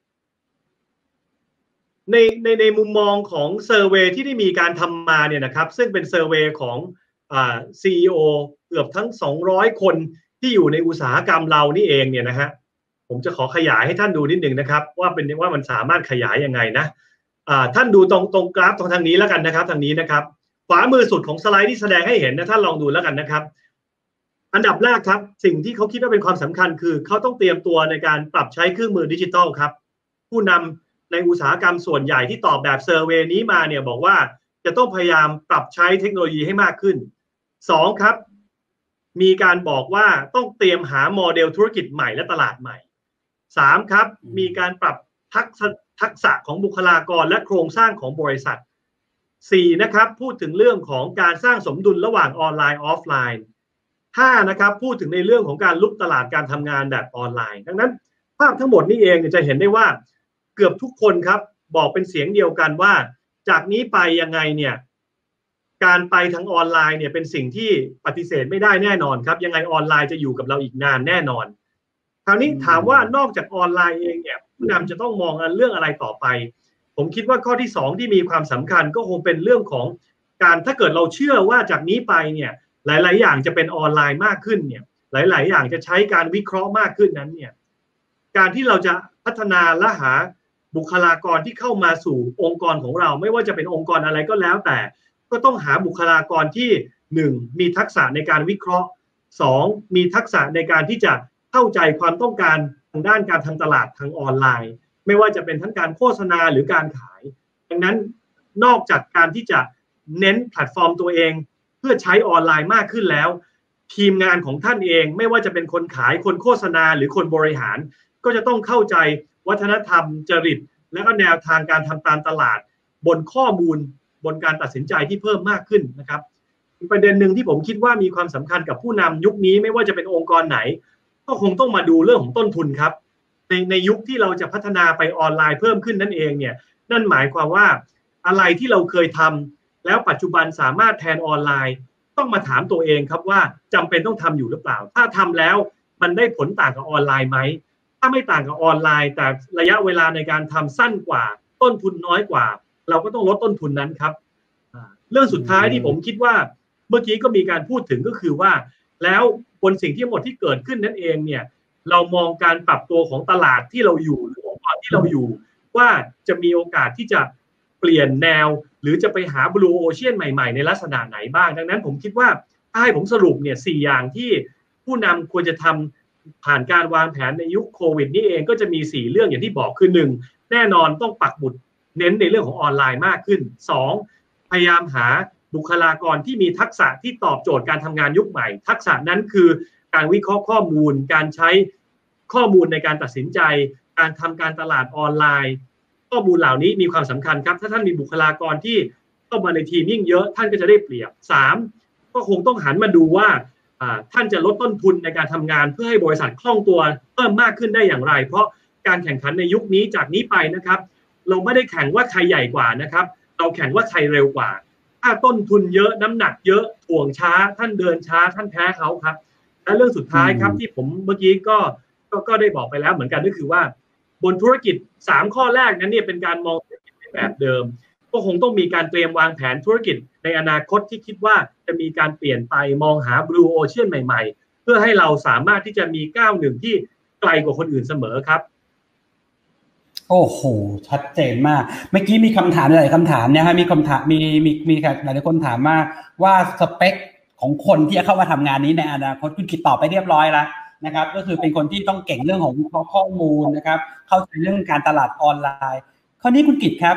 ในในในมุมมองของเซอร์เวย์ที่ได้มีการทำมาเนี่ยนะครับซึ่งเป็นเซอร์เวย์ของอ่า ซี อี โอ เกือบทั้งสองร้อยคนที่อยู่ในอุตสาหกรรมเรานี่เองเนี่ยนะฮะผมจะขอขยายให้ท่านดูนิดนึงนะครับว่าเป็นว่ามันสามารถขยายยังไงนะอ่าท่านดูตรงตรงกราฟตรงทางนี้แล้วกันนะครับทางนี้นะครับขวามือสุดของสไลด์ที่แสดงให้เห็นนะท่านลองดูแล้วกันนะครับอันดับแรกครับสิ่งที่เขาคิดว่าเป็นความสำคัญคือเขาต้องเตรียมตัวในการปรับใช้เครื่องมือดิจิทัลครับผู้นำในอุตสาหกรรมส่วนใหญ่ที่ตอบแบบเซอร์เวย์นี้มาเนี่ยบอกว่าจะต้องพยายามปรับใช้เทคโนโลยีให้มากขึ้นสองครับมีการบอกว่าต้องเตรียมหาโมเดลธุรกิจใหม่และตลาดใหม่สามครับมีการปรับทักษะทักษะของบุคลากรและโครงสร้างของบริษัทสี่นะครับพูดถึงเรื่องของการสร้างสมดุลระหว่างออนไลน์ออฟไลน์ห้านะครับพูดถึงในเรื่องของการลุกตลาดการทำงานแบบออนไลน์ดังนั้นภาพทั้งหมดนี้เองจะเห็นได้ว่าเกือบทุกคนครับบอกเป็นเสียงเดียวกันว่าจากนี้ไปยังไงเนี่ยการไปทางออนไลน์เนี่ยเป็นสิ่งที่ปฏิเสธไม่ได้แน่นอนครับยังไงออนไลน์จะอยู่กับเราอีกนานแน่นอนคราวนี้ถามว่านอกจากออนไลน์เองเนี่ยผู้นำจะต้องมองเรื่องอะไรต่อไปผมคิดว่าข้อที่สองที่มีความสำคัญก็คงเป็นเรื่องของการถ้าเกิดเราเชื่อว่าจากนี้ไปเนี่ยหลายๆอย่างจะเป็นออนไลน์มากขึ้นเนี่ยหลายๆอย่างจะใช้การวิเคราะห์มากขึ้นนั้นเนี่ยการที่เราจะพัฒนาและหาบุคลากรที่เข้ามาสู่องค์กรของเราไม่ว่าจะเป็นองค์กรอะไรก็แล้วแต่ก็ต้องหาบุคลากรที่หนึ่งมีทักษะในการวิเคราะห์สองมีทักษะในการที่จะเข้าใจความต้องการทางด้านการทำตลาดทางออนไลน์ไม่ว่าจะเป็นทั้งการโฆษณาหรือการขายดังนั้นนอกจากการที่จะเน้นแพลตฟอร์มตัวเองเพื่อใช้ออนไลน์มากขึ้นแล้วทีมงานของท่านเองไม่ว่าจะเป็นคนขายคนโฆษณาหรือคนบริหารก็จะต้องเข้าใจวัฒนธรรมจริตและก็แนวทางการทำตามตลาดบนข้อมูลบนการตัดสินใจที่เพิ่มมากขึ้นนะครับประเด็นหนึ่งที่ผมคิดว่ามีความสำคัญกับผู้นำยุคนี้ไม่ว่าจะเป็นองค์กรไหนก็คงต้องมาดูเรื่องของต้นทุนครับในในยุคที่เราจะพัฒนาไปออนไลน์เพิ่มขึ้นนั่นเองเนี่ยนั่นหมายความว่าอะไรที่เราเคยทำแล้วปัจจุบันสามารถแทนออนไลน์ต้องมาถามตัวเองครับว่าจำเป็นต้องทำอยู่หรือเปล่าถ้าทำแล้วมันได้ผลต่างกับออนไลน์ไหมถ้าไม่ต่างกับออนไลน์แต่ระยะเวลาในการทำสั้นกว่าต้นทุนน้อยกว่าเราก็ต้องลดต้นทุนนั้นครับเรื่องสุดท้ายที่ผมคิดว่าเมื่อกี้ก็มีการพูดถึงก็คือว่าแล้วบนสิ่งที่หมดที่เกิดขึ้นนั่นเองเนี่ยเรามองการปรับตัวของตลาดที่เราอยู่หรือองค์กรที่เราอยู่ว่าจะมีโอกาสที่จะเปลี่ยนแนวหรือจะไปหา Blue Ocean ใหม่ๆในลักษณะไหนบ้างดังนั้นผมคิดว่าถ้าให้ผมสรุปเนี่ยสี่อย่างที่ผู้นำควรจะทำผ่านการวางแผนในยุคโควิดนี่เองก็จะมีสี่เรื่องอย่างที่บอกคือหนึ่งแน่นอนต้องปักหมุดเน้นในเรื่องของออนไลน์มากขึ้นสองพยายามหาบุคลากรที่มีทักษะที่ตอบโจทย์การทำงานยุคใหม่ทักษะนั้นคือการวิเคราะห์ข้อมูลการใช้ข้อมูลในการตัดสินใจการทำการตลาดออนไลน์ข้อมูลเหล่านี้มีความสำคัญครับถ้าท่านมีบุคลากรที่เข้ามาในทีมยิ่งเยอะท่านก็จะได้เปรียบสามก็คงต้องหันมาดูว่าท่านจะลดต้นทุนในการทำงานเพื่อให้บริษัทคล่องตัวเพิ่มมากขึ้นได้อย่างไรเพราะการแข่งขันในยุคนี้จากนี้ไปนะครับเราไม่ได้แข่งว่าใครใหญ่กว่านะครับเราแข่งว่าใครเร็วกว่าถ้าต้นทุนเยอะน้ำหนักเยอะถ่วงช้าท่านเดินช้าท่านแพ้เขาครับและเรื่องสุดท้ายครับที่ผมเมื่อกี้ก็ก็ก็ได้บอกไปแล้วเหมือนกันก็คือว่าบนธุรกิจสามข้อแรกนั้นเนี่ยเป็นการมองธุรกิจแบบเดิมก็คงต้องมีการเตรียมวางแผนธุรกิจในอนาคตที่คิดว่าจะมีการเปลี่ยนไปมองหา Blue Ocean ใหม่ๆเพื่อให้เราสามารถที่จะมีก้าวหนึ่งที่ไกลกว่าคนอื่นเสมอครับโอ้โหชัดเจนมากเมื่อกี้มีคำถามหลายคำถามเนี่ยฮะมีคำถามมีมีมีหลายคนถามมาว่าสเปคของคนที่จะเข้ามาทำงานนี้ในอนาคตคุณคิดตอบไปเรียบร้อยแล้วนะครับก็คือเป็นคนที่ต้องเก่งเรื่องของวิเคราะห์ข้อมูลนะครับเข้าใจเรื่องการตลาดออนไลน์คราวนี้คุณกิตครับ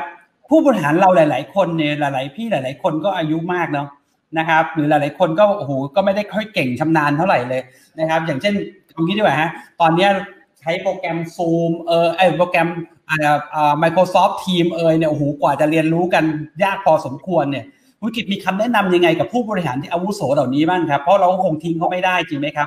ผู้บริหารเราหลายๆคนเนี่ยหลายๆพี่หลายๆคนก็อายุมากเนาะนะครับหรือหลายๆคนก็โอ้โหก็ไม่ได้ค่อยเก่งชำนาญเท่าไหร่เลยนะครับอย่างเช่นตรงนี้ดีกว่าฮะตอนนี้ใช้โปรแกรม Zoom เออไอโปรแกรมอ่าอ่า Microsoft Teams เอยเนี่ยโอ้โหกว่าจะเรียนรู้กันยากพอสมควรเนี่ยธุรกิจมีคำแนะนำยังไงกับผู้บริหารที่อาวุโสเหล่านี้บ้างครับเพราะเราคงทิ้งเขาไม่ได้จริงไหมครับ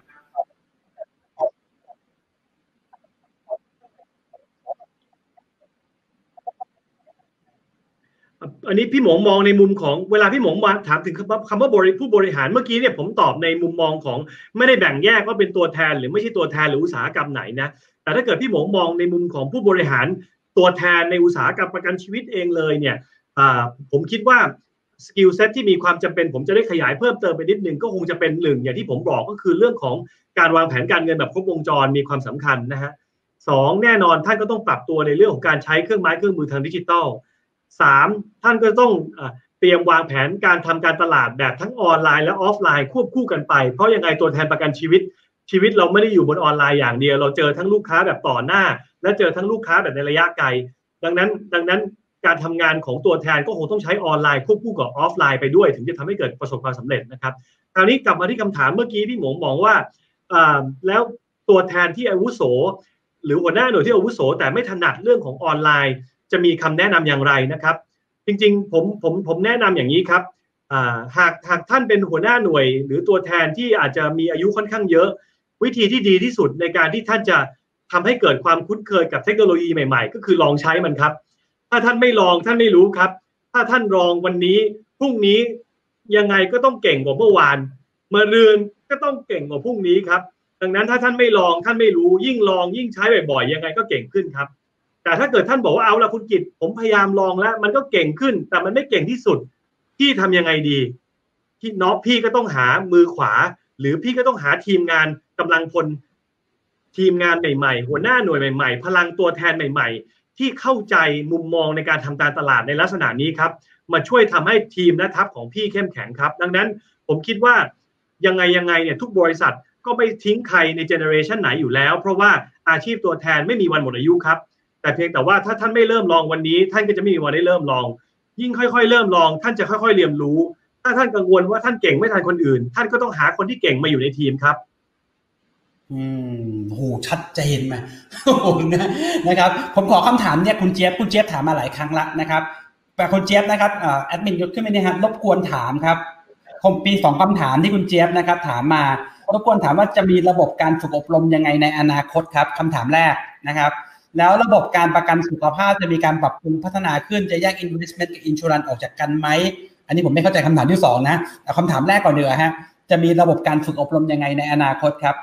อันนี้พี่หมงมองในมุมของเวลาพี่หมงมาถามถึงคำว่าบริผู้บริหารเมื่อกี้เนี่ยผมตอบในมุมมองของไม่ได้แบ่งแยกว่าเป็นตัวแทนหรือไม่ใช่ตัวแทนหรืออุตสาหกรรมไหนนะแต่ถ้าเกิดพี่หมงมองในมุมของผู้บริหารตัวแทนในอุตสาหกรรมประกันชีวิตเองเลยเนี่ยผมคิดว่าสกิลเซ็ตที่มีความจำเป็นผมจะได้ขยายเพิ่มเติมไปนิดนึงก็คงจะเป็นหนึ่งอย่างที่ผมบอกก็คือเรื่องของการวางแผนการเงินแบบครบวงจรมีความสำคัญนะฮะสองแน่นอนท่านก็ต้องปรับตัวในเรื่องของการใช้เครื่องไม้เครื่องมือทางดิจิทัลสามท่านก็ต้องเตรียมวางแผนการทำการตลาดแบบทั้งออนไลน์และออฟไลน์ควบคู่กันไปเพราะยังไงตัวแทนประกันชีวิตชีวิตเราไม่ได้อยู่บนออนไลน์อย่างเดียวเราเจอทั้งลูกค้าแบบต่อหน้าและเจอทั้งลูกค้าแบบในระยะไกลดังนั้นดังนั้นการทำงานของตัวแทนก็คงต้องใช้ออนไลน์ควบคู่กับออฟไลน์ไปด้วยถึงจะทำให้เกิดประสบความสำเร็จนะครับคราวนี้กลับมาที่คำถามเมื่อกี้พี่หมงมองว่าแล้วตัวแทนที่อาวุโสหรือหัวหน้าหน่วยที่อาวุโสแต่ไม่ถนัดเรื่องของออนไลน์จะมีคำแนะนำอย่างไรนะครับจริงๆผมผมผมแนะนำอย่างนี้ครับหากหากท่านเป็นหัวหน้าหน่วยหรือตัวแทนที่อาจจะมีอายุค่อนข้างเยอะวิธีที่ดีที่สุดในการที่ท่านจะทำให้เกิดความคุ้นเคยกับเทคโนโลยีใหม่ๆก็คือลองใช้มันครับถ้าท่านไม่ลองท่านไม่รู้ครับถ้าท่านลองวันนี้พรุ่งนี้ยังไงก็ต้องเก่งกว่าเมื่อวานมะรืนก็ต้องเก่งกว่าพรุ่งนี้ครับดังนั้นถ้าท่านไม่ลองท่านไม่รู้ยิ่งลองยิ่งใช้บ่อยๆยังไงก็เก่งขึ้นครับแต่ถ้าเกิดท่านบอกว่าเอาละคุณกิตผมพยายามลองแล้วมันก็เก่งขึ้นแต่มันไม่เก่งที่สุดพี่ทำยังไงดีพี่น้องพี่ก็ต้องหามือขวาหรือพี่ก็ต้องหาทีมงานกำลังพลทีมงานใหม่ๆหัวหน้าหน่วยใหม่ๆพลังตัวแทนใหม่ๆที่เข้าใจมุมมองในการทำการตลาดในลักษณะนี้ครับมาช่วยทำให้ทีมและทัพของพี่เข้มแข็งครับดังนั้นผมคิดว่ายังไงยังไงเนี่ยทุกบริษัทก็ไม่ทิ้งใครในเจเนอเรชันไหนอยู่แล้วเพราะว่าอาชีพตัวแทนไม่มีวันหมดอายุครับแต่เพียงแต่ว่าถ้าท่านไม่เริ่มลองวันนี้ท่านก็จะไม่มีวันได้เริ่มลองยิ่งค่อยๆเริ่มลองท่านจะค่อยๆเรียนรู้ถ้าท่านกังวลว่าท่านเก่งไม่ทันคนอื่นท่านก็ต้องหาคนที่เก่งมาอยู่ในทีมครับอืมโหชัดเจนมานะครับผมขอคำถามเนี่ยคุณเจี๊ยบคุณเจี๊ยบถามมาหลายครั้งละนะครับแต่คุณเจี๊ยบนะครับแอดมินยกขึ้นมาเนี่ยฮะรบกวนถามครับผมมีสองคำถามที่คุณเจี๊ยบนะครับถามมารบกวนถามว่าจะมีระบบการฝึกอบรมยังไงในอนาคตครับคำถามแรกนะครับแล้วระบบการประกันสุขภาพจะมีการปรับปรุงพัฒนาขึ้นจะแยก investment กับ insurance ออกจากกันไหมอันนี้ผมไม่เข้าใจคำถามที่สองนะแต่คำถามแรกก่อนเดือฮะจะมีระบบการฝึกอบรมยังไงในอนาคตครับ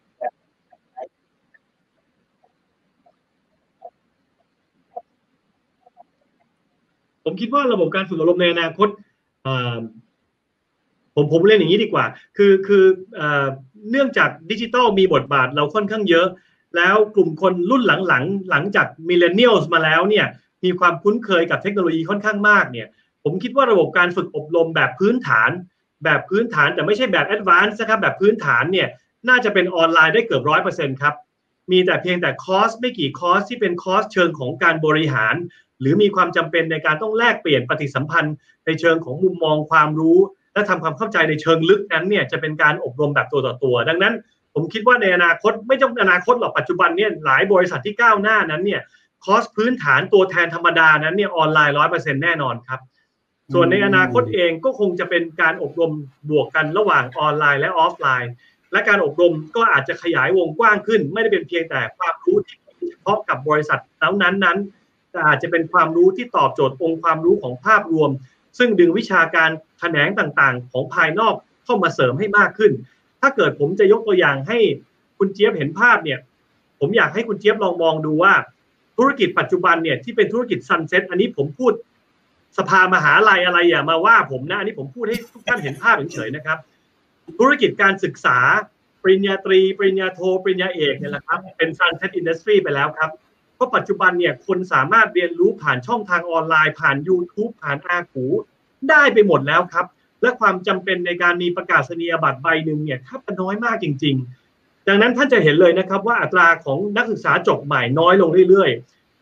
ผมคิดว่าระบบการฝึกอบรมในอนาคตผมผมเรียนอย่างนี้ดีกว่าคือคือเนื่องจากดิจิทัลมีบทบาทเราค่อนข้างเยอะแล้วกลุ่มคนรุ่นหลังๆ ห, หลังจากมิลเลนเนียลมาแล้วเนี่ยมีความคุ้นเคยกับเทคโนโลยีค่อนข้างมากเนี่ยผมคิดว่าระบบการฝึกอบรมแบบพื้นฐานแบบพื้นฐานแต่ไม่ใช่แบบแอดวานซ์นะครับแบบพื้นฐานเนี่ยน่าจะเป็นออนไลน์ได้เกือบร้อยเปอร์เซ็นต์ครับมีแต่เพียงแต่คอร์สไม่กี่คอร์สที่เป็นคอร์สเชิงของการบริหารหรือมีความจำเป็นในการต้องแลกเปลี่ยนปฏิสัมพันธ์ในเชิงของมุมมองความรู้และทำความเข้าใจในเชิงลึกนั้นเนี่ยจะเป็นการอบรมแบบตัวต่อตัวดังนั้นผมคิดว่าในอนาคตไม่ต้องอนาคตหรอกปัจจุบันเนี่ยหลายบริษัทที่ก้าวหน้านั้นเนี่ยคอร์สพื้นฐานตัวแทนธรรมดานั้นเนี่ยออนไลน์ ร้อยเปอร์เซ็นต์ แน่นอนครับส่วนในอนาคตเองก็คงจะเป็นการอบรมบวกกันระหว่างออนไลน์และออฟไลน์และการอบรมก็อาจจะขยายวงกว้างขึ้นไม่ได้เป็นเพียงแต่ความรู้ที่เฉพาะกับบริษัทแล้วนั้นนั้นแต่อาจจะเป็นความรู้ที่ตอบโจทย์องค์ความรู้ของภาพรวมซึ่งดึงวิชาการแขนงต่างๆของภายนอกเข้ามาเสริมให้มากขึ้นถ้าเกิดผมจะยกตัวอย่างให้คุณเจี๊ยบเห็นภาพเนี่ยผมอยากให้คุณเจี๊ยบลองมองดูว่าธุรกิจปัจจุบันเนี่ยที่เป็นธุรกิจซันเซ็ตอันนี้ผมพูดสภามหาลัยอะไรอย่ามาว่าผมนะอันนี้ผมพูดให้ทุกท่านเห็นภาพเฉยๆนะครับธุรกิจการศึกษาปริญญาตรีปริญญาโทปริญญาเอกเนี่ยแหละครับเป็นซันเซ็ตอินดัสทรีไปแล้วครับเพราะปัจจุบันเนี่ยคนสามารถเรียนรู้ผ่านช่องทางออนไลน์ผ่าน YouTube ผ่านอากูได้ไปหมดแล้วครับและความจำเป็นในการมีประกาศนียบัตรใบหนึ่งเนี่ยแทบจะน้อยมากจริงๆดังนั้นท่านจะเห็นเลยนะครับว่าอัตราของนักศึกษาจบใหม่น้อยลงเรื่อยๆป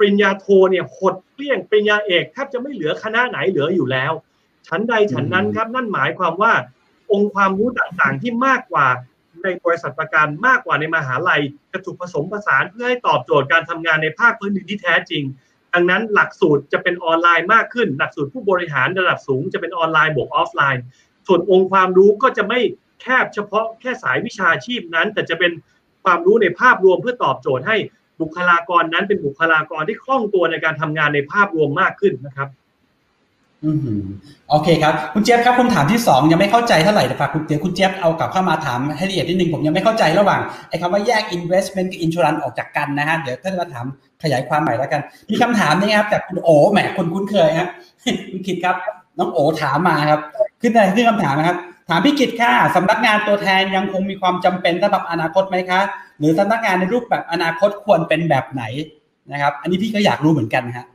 ริญญาโทเนี่ยหดเกลี้ยงปริญญาเอกแทบจะไม่เหลือคณะไหนเหลืออยู่แล้วฉันใดฉันนั้นครับนั่นหมายความว่าองค์ความรู้ต่างๆที่มากกว่าในบริษัทประกันมากกว่าในมหาลัยจะถูกผสมผสานเพื่อให้ตอบโจทย์การทำงานในภาคพื้นดินที่แท้จริงดังนั้นหลักสูตรจะเป็นออนไลน์มากขึ้นหลักสูตรผู้บริหารระดับสูงจะเป็นออนไลน์บวกออฟไลน์ส่วนองค์ความรู้ก็จะไม่แคบเฉพาะแค่สายวิชาชีพนั้นแต่จะเป็นความรู้ในภาพรวมเพื่อตอบโจทย์ให้บุคลากรนั้นเป็นบุคลากรที่คล่องตัวในการทำงานในภาพรวมมากขึ้นนะครับอืมโอเคครับคุณเจี๊ยบครับคำถามที่สองยังไม่เข้าใจเท่าไหร่แต่ฝากคุณเจี๊ยบคุณเจี๊ยบเอากลับเข้ามาถามให้ละเอียดนิดนึงผมยังไม่เข้าใจระหว่างไอ้คำว่าแยก investment กับ insurance ออกจากกันนะฮะเดี๋ยวท่านมาถามขยายความใหม่แล้วกันมีคำถามนี้ครับจากคุณโอแหมคนคุ้นเคยฮะคุณกิตครับน้องโอถามมาครับขึ้นในขึ้นคำถามนะครับถามพี่กิตค่ะสำนักงานตัวแทนยังคงมีความจำเป็นสำหรับอนาคตไหมคะหรือสำนักงานในรูปแบบอนาคตควรเป็นแบบไหนนะครับอันนี้พี่ก็อยากรู้เหมือนกันฮะ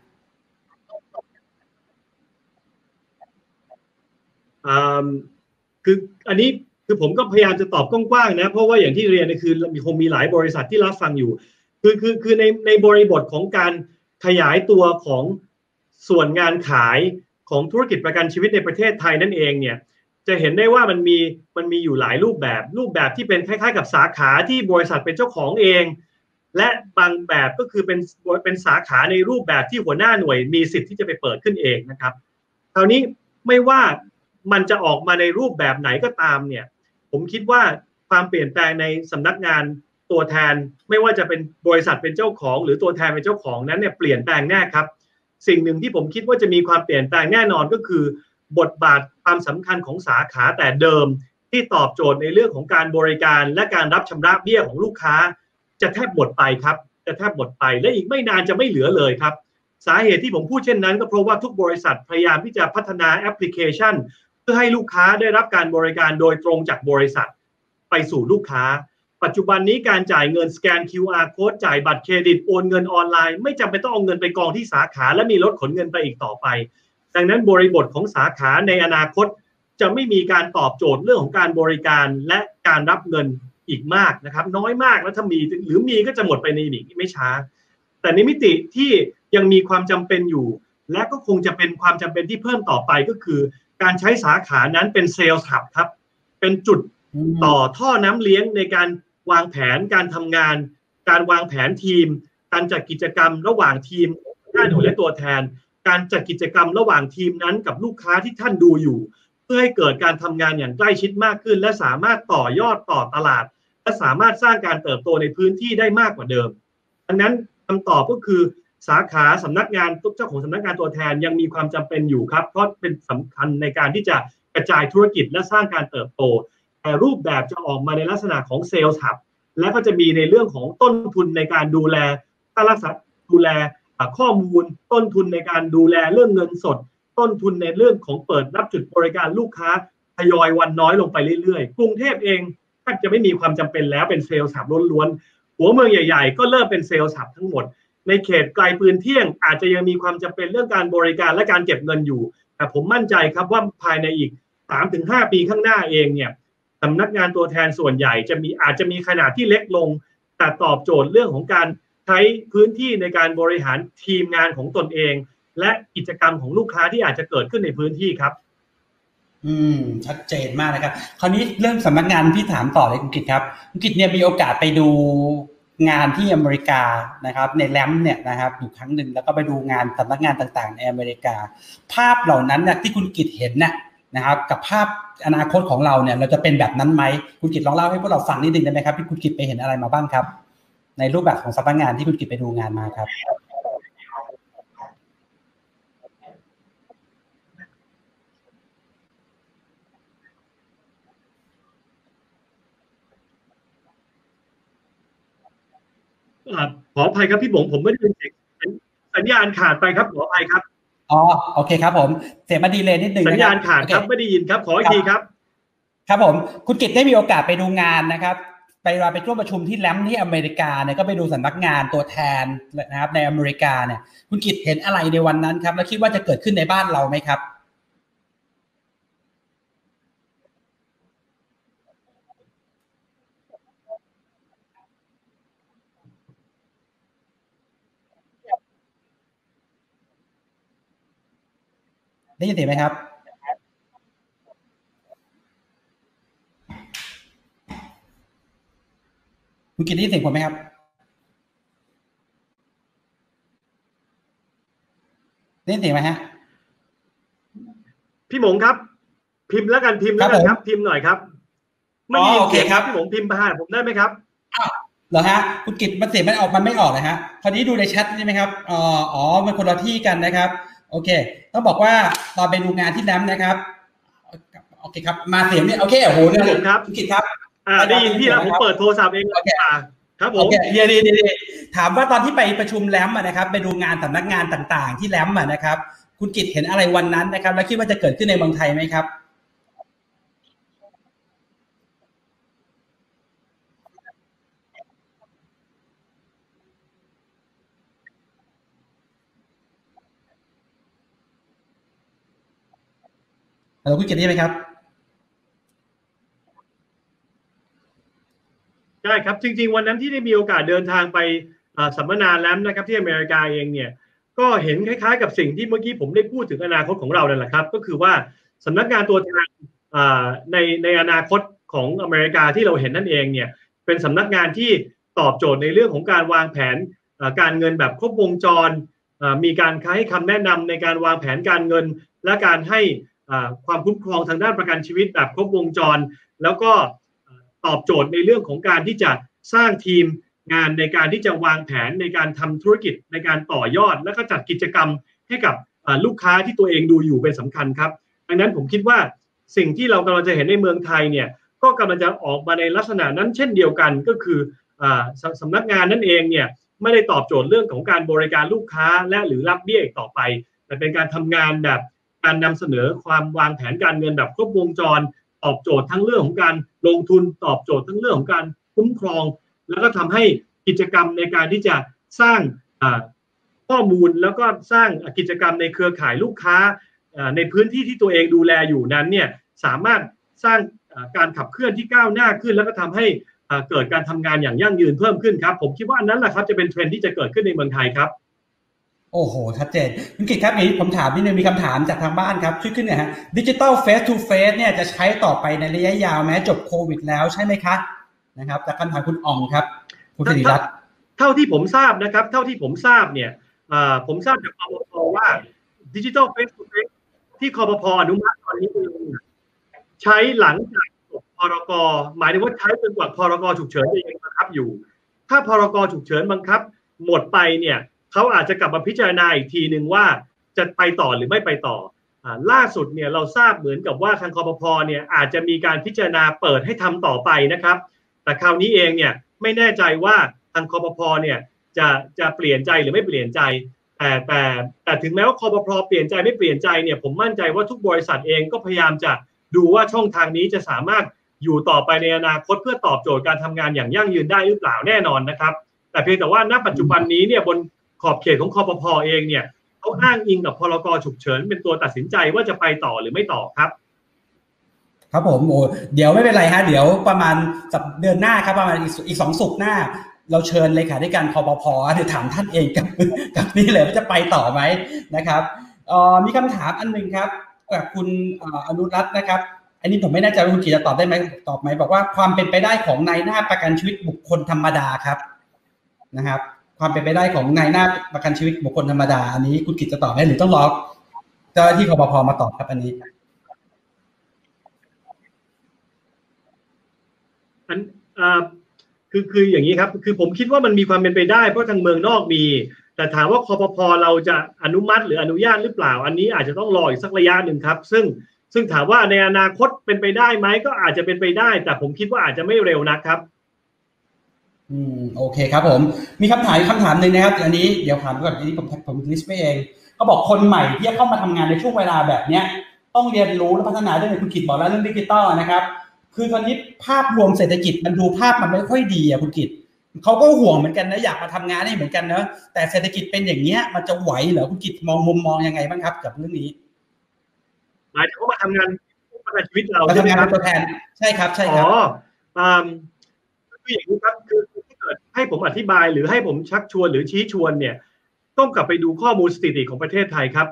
คืออันนี้คือผมก็พยายามจะตอบกว้างๆนะเพราะว่าอย่างที่เรียนคือมีคงมีหลายบริษัทที่รับฟังอยู่คือคือคือในในบริบทของการขยายตัวของส่วนงานขายของธุรกิจประกันชีวิตในประเทศไทยนั่นเองเนี่ยจะเห็นได้ว่ามันมีมันมีอยู่หลายรูปแบบรูปแบบที่เป็นคล้ายๆกับสาขาที่บริษัทเป็นเจ้าของเองและบางแบบก็คือเป็นเป็นสาขาในรูปแบบที่หัวหน้าหน่วยมีสิทธิ์ที่จะไปเปิดขึ้นเองนะครับคราวนี้ไม่ว่ามันจะออกมาในรูปแบบไหนก็ตามเนี่ยผมคิดว่าความเปลี่ยนแปลงในสำนักงานตัวแทนไม่ว่าจะเป็นบริษัทเป็นเจ้าของหรือตัวแทนเป็นเจ้าของนั้นเนี่ยเปลี่ยนแปลงแน่ครับสิ่งหนึ่งที่ผมคิดว่าจะมีความเปลี่ยนแปลงแน่นอนก็คือบทบาทความสำคัญของสาขาแต่เดิมที่ตอบโจทย์ในเรื่องของการบริการและการรับชำระเบี้ยของลูกค้าจะแทบหมดไปครับจะแทบหมดไปและอีกไม่นานจะไม่เหลือเลยครับสาเหตุที่ผมพูดเช่นนั้นก็เพราะว่าทุกบริษัทพยายามที่จะพัฒนาแอปพลิเคชันเพื่อให้ลูกค้าได้รับการบริการโดยตรงจากบริษัทไปสู่ลูกค้าปัจจุบันนี้การจ่ายเงินสแกน คิว อาร์ Code จ่ายบัตรเครดิตโอนเงินออนไลน์ไม่จำเป็นต้องเอาเงินไปกองที่สาขาและมีรถขนเงินไปอีกต่อไปดังนั้นบริบทของสาขาในอนาคตจะไม่มีการตอบโจทย์เรื่องของการบริการและการรับเงินอีกมากนะครับน้อยมากแล้วถ้ามีหรือมีก็จะหมดไปในอีกไม่ช้าแต่ในมิติที่ยังมีความจำเป็นอยู่และก็คงจะเป็นความจำเป็นที่เพิ่มต่อไปก็คือการใช้สาขานั้นเป็นเซลล์หับครับเป็นจุดต่อท่อน้ำเลี้ยงในการวางแผนการทำงานการวางแผนทีมการจัดกิจกรรมระหว่างทีมหน้าหน่วยและตัวแทนการจัดกิจกรรมระหว่างทีมนั้นกับลูกค้าที่ท่านดูอยู่เพื่อให้เกิดการทำงานอย่างใกล้ชิดมากขึ้นและสามารถต่อยอดต่อตลาดและสามารถสร้างการเติบโตในพื้นที่ได้มากกว่าเดิมดังนั้นคำตอบก็คือสาขาสำนักงานเจ้าของสำนักงานตัวแทนยังมีความจำเป็นอยู่ครับเพราะเป็นสำคัญในการที่จะกระจายธุรกิจและสร้างการเติบโตแต่รูปแบบจะออกมาในลักษณะของเซลล์หับและก็จะมีในเรื่องของต้นทุนในการดูแลค่ารักษาดูแลข้อมูลต้นทุนในการดูแลเรื่องเงินสดต้นทุนในเรื่องของเปิดรับจุดบริการลูกค้าทยอยวันน้อยลงไปเรื่อยๆกรุงเทพเองแทบจะไม่มีความจำเป็นแล้วเป็นเซลล์หับล้วนๆหัวเมืองใหญ่ๆก็เริ่มเป็นเซลล์หับทั้งหมดในเขตไกลปืนเที่ยงอาจจะยังมีความจำเป็นเรื่องการบริการและการเก็บเงินอยู่แต่ผมมั่นใจครับว่าภายในอีก สามถึงห้า ปีข้างหน้าเองเนี่ยสำนักงานตัวแทนส่วนใหญ่จะมีอาจจะมีขนาดที่เล็กลงแต่ตอบโจทย์เรื่องของการใช้พื้นที่ในการบริหารทีมงานของตนเองและกิจกรรมของลูกค้าที่อาจจะเกิดขึ้นในพื้นที่ครับอืมชัดเจนมากนะครับคราวนี้เรื่องสำนักงานพี่ถามต่อเลยคุณกิตครับคุณกิตเนี่ยมีโอกาสไปดูงานที่อเมริกานะครับในแลมเนี่ยนะครับอยู่ครั้งหนึ่งแล้วก็ไปดูงานสำนักงานต่างๆในอเมริกาภาพเหล่านั้นเนี่ยที่คุณกิตเห็นน่ะนะครับกับภาพอนาคตของเราเนี่ยเราจะเป็นแบบนั้นไหมคุณกิตลองเล่าให้พวกเราฟังนิดนึงได้ไหมครับที่คุณกิตไปเห็นอะไรมาบ้างครับในรูปแบบของสำนักงานที่คุณกิตไปดูงานมาครับขออภัยครับพี่บงผมไม่ได้ยินเสียงสัญญาณขาดไปครับขออภัยครับอ๋อโอเคครับผมเสียงมาดีเลยนิดนึงสัญญาณขาดครับไม่ได้ยินครับขออีกทีครับครับผมคุณกิตได้มีโอกาสไปดูงานนะครับไปเราไปร่วมประชุมที่แลมที่อเมริกาเนี่ยก็ไปดูสำนักงานตัวแทนนะครับในอเมริกาเนี่ยคุณกิตเห็นอะไรในวันนั้นครับแล้วคิดว่าจะเกิดขึ้นในบ้านเราไหมครับได้ยินเสียงไหมครับคุณกิตได้ยินเสียงผมไหมครับได้ยินเสียงไหมฮะพี่หมงครับพิมพ์แล้วกันพิมพ์แล้วกันครับพิมพ์หน่อยครับไม่มีเสียงครับพี่หมงพิมพ์มาหาผมได้ไหมครับอ้าวเหรอฮะคุณกิตมันเสียงมันออกมันไม่ออกเลยฮะคราวนี้ดูในแชทใช่ไหมครับอ๋ออ๋อมันคนละที่กันนะครับโอเคต้องบอกว่าตอนไปดูงานที่แนมนะครับโอเคครับมาเสียงเนี่ยโอเคโอ้โหเนี่ยครับคุณกิตครับอ่าได้ยินพี่แล้วผมเปิดโทรศัพท์เองโอเคครับผมโอเคเดี๋ยวดีดีถามว่าตอนที่ไปประชุมแลมนะครับไปดูงานสำนักงานต่างๆที่แลมนะครับคุณกิตเห็นอะไรวันนั้นนะครับแล้วคิดว่าจะเกิดขึ้นในเมืองไทยไหมครับเราคุณกิตได้ไหมครับใช่ครับจริงๆวันนั้นที่ได้มีโอกาสเดินทางไปสัมมนาแลมนะครับที่อเมริกาเองเนี่ยก็เห็นคล้ายๆกับสิ่งที่เมื่อกี้ผมได้พูดถึงอนาคตของเรานั่นแหละครับก็คือว่าสำนักงานตัวแทนในในอนาคตของอเมริกาที่เราเห็นนั่นเองเนี่ยเป็นสำนักงานที่ตอบโจทย์ในเรื่องของการวางแผนการเงินแบบครบวงจรมีการให้คำแนะนำในการวางแผนการเงินและการให้ความคุ้มครองทางด้านประกันชีวิตแบบครบวงจรแล้วก็ตอบโจทย์ในเรื่องของการที่จะสร้างทีมงานในการที่จะวางแผนในการทำธุรกิจในการต่อยอดและก็จัดกิจกรรมให้กับลูกค้าที่ตัวเองดูอยู่เป็นสำคัญครับดังนั้นผมคิดว่าสิ่งที่เรากำลังจะเห็นในเมืองไทยเนี่ยก็กำลังจะออกมาในลักษณะนั้นเช่นเดียวกันก็คือสำนักงานนั่นเองเนี่ยไม่ได้ตอบโจทย์เรื่องของการบริการลูกค้าและหรือรับเบี้ยอีกต่อไปแต่เป็นการทำงานแบบการนำเสนอความวางแผนการเงินแบบครบวงจรตอบโจทย์ทั้งเรื่องของการลงทุนตอบโจทย์ทั้งเรื่องของการคุ้มครองแล้วก็ทำให้กิจกรรมในการที่จะสร้างข้อมูลแล้วก็สร้างกิจกรรมในเครือข่ายลูกค้าในพื้นที่ที่ตัวเองดูแลอยู่นั้นเนี่ยสามารถสร้างการขับเคลื่อนที่ก้าวหน้าขึ้นแล้วก็ทำให้เกิดการทำงานอย่างยั่งยืนเพิ่มขึ้นครับผมคิดว่าอันนั้นแหละครับจะเป็นเทรนด์ที่จะเกิดขึ้นในเมืองไทยครับโอ้โหชัดเจนคุณกิตครับนี้ผมถามนิดนึงมีคำถามจากทางบ้านครับช่วยขึ้นหน่อยฮะดิจิตอลเฟสทูเฟสเนี่ยจะใช้ต่อไปในระยะยาวแม้จบโควิดแล้วใช่ไหมคะนะครับจากคำถามคุณอ่องครับคุณสิริรัตน์เท่าที่ผมทราบนะครับเท่าที่ผมทราบเนี่ยผมทราบจากคปภว่าดิจิตอลเฟสทูเฟสที่คปภอนุมัติตอนนี้ใช้หลังจากจบพรกหมายถึงว่าใช้จนกว่าพรกฉุกเฉินจะยังบังคับอยู่ถ้าพรกฉุกเฉินบังคับหมดไปเนี่ยเขาอาจจะกลับมาพิจารณาอีกทีหนึ่งว่าจะไปต่อหรือไม่ไปต่อล่าสุดเนี่ยเราทราบเหมือนกับว่าทางคปภเนี่ยอาจจะมีการพิจารณาเปิดให้ทำต่อไปนะครับแต่คราวนี้เองเนี่ยไม่แน่ใจว่าทางคปภเนี่ยจะจะเปลี่ยนใจหรือไม่เปลี่ยนใจแต่แต่แต่ถึงแม้ว่าคปภเปลี่ยนใจไม่เปลี่ยนใจเนี่ยผมมั่นใจว่าทุกบริษัทเองก็พยายามจะดูว่าช่องทางนี้จะสามารถอยู่ต่อไปในอนาคตเพื่อตอบโจทย์การทำงานอย่างยั่งยืนได้หรือเปล่าแน่นอนนะครับแต่เพียงแต่ว่าณปัจจุบันนี้เนี่ยบนขอบเขตของคปภเองเนี่ยเขาอ้างอิงกับพรกฉุกเฉินเป็นตัวตัดสินใจว่าจะไปต่อหรือไม่ต่อครับครับผมโอ้เดี๋ยวไม่เป็นไรฮะเดี๋ยวประมาณสัปเดือนหน้าครับประมาณอีกสองศุกร์หน้าเราเชิญเลขาธิการคปภเดี๋ยวถามท่านเองกับกับนี่เลยว่าจะไปต่อไหมนะครับเอ่อมีคำถามอันนึงครับจากคุณอนุรัตน์นะครับอันนี้ผมไม่แน่ใจว่าคุณกีจะตอบได้ไหมตอบไหมบอกว่าความเป็นไปได้ของนายหน้าประกันชีวิตบุคคลธรรมดาครับนะครับความเป็นไปได้ของนายหน้าประกันชีวิตบุคคลธรรมดาอันนี้คุณกิตจะตอบไหมหรือต้องรอเจ้าหน้าที่คปภมาตอบครับอันนี้อันอ่าคือคืออย่างนี้ครับคือผมคิดว่ามันมีความเป็นไปได้เพราะทางเมืองนอกมีแต่ถามว่าคปภเราจะอนุมัติหรืออนุญาตหรือเปล่าอันนี้อาจจะต้องรออีกสักระยะหนึ่งครับซึ่งซึ่งถามว่าในอนาคตเป็นไปได้ไหมก็อาจจะเป็นไปได้แต่ผมคิดว่าอาจจะไม่เร็วนักครับอืมโอเคครับผมมีคำถามคำถามหนึ่งนะครับอันนี้เดี๋ยวถามก่อนอันนี้ผมผมลิสต์ไว้เองเขาบอกคนใหม่ที่จะเข้ามาทำงานในช่วงเวลาแบบเนี้ยต้องเรียนรู้และพัฒนาด้วยคุณกิตบอกแล้วเรื่องดิจิตอลนะครับคือตอนนี้ภาพรวมเศรษฐกิจมันดูภาพมันไม่ค่อยดีอ่ะคุณกิตเขาก็ห่วงเหมือนกันนะอยากมาทำงานนี่เหมือนกันนะแต่เศรษฐกิจเป็นอย่างเงี้ยมันจะไหวเหรอคุณกิตมองมุมมองยังไงบ้างครับกับเรื่องนี้หมายถึงว่ามาทำงานประกันชีวิตเรามาทำงานเป็นตัวแทนใช่ครับใช่ครับอ๋ออ่าคืออย่างนี้ครับคือถ้าเกิดให้ผมอธิบายหรือให้ผมชักชวนหรือชี้ชวนเนี่ยต้องกลับไปดูข้อมูลสถิติของประเทศไทยครับค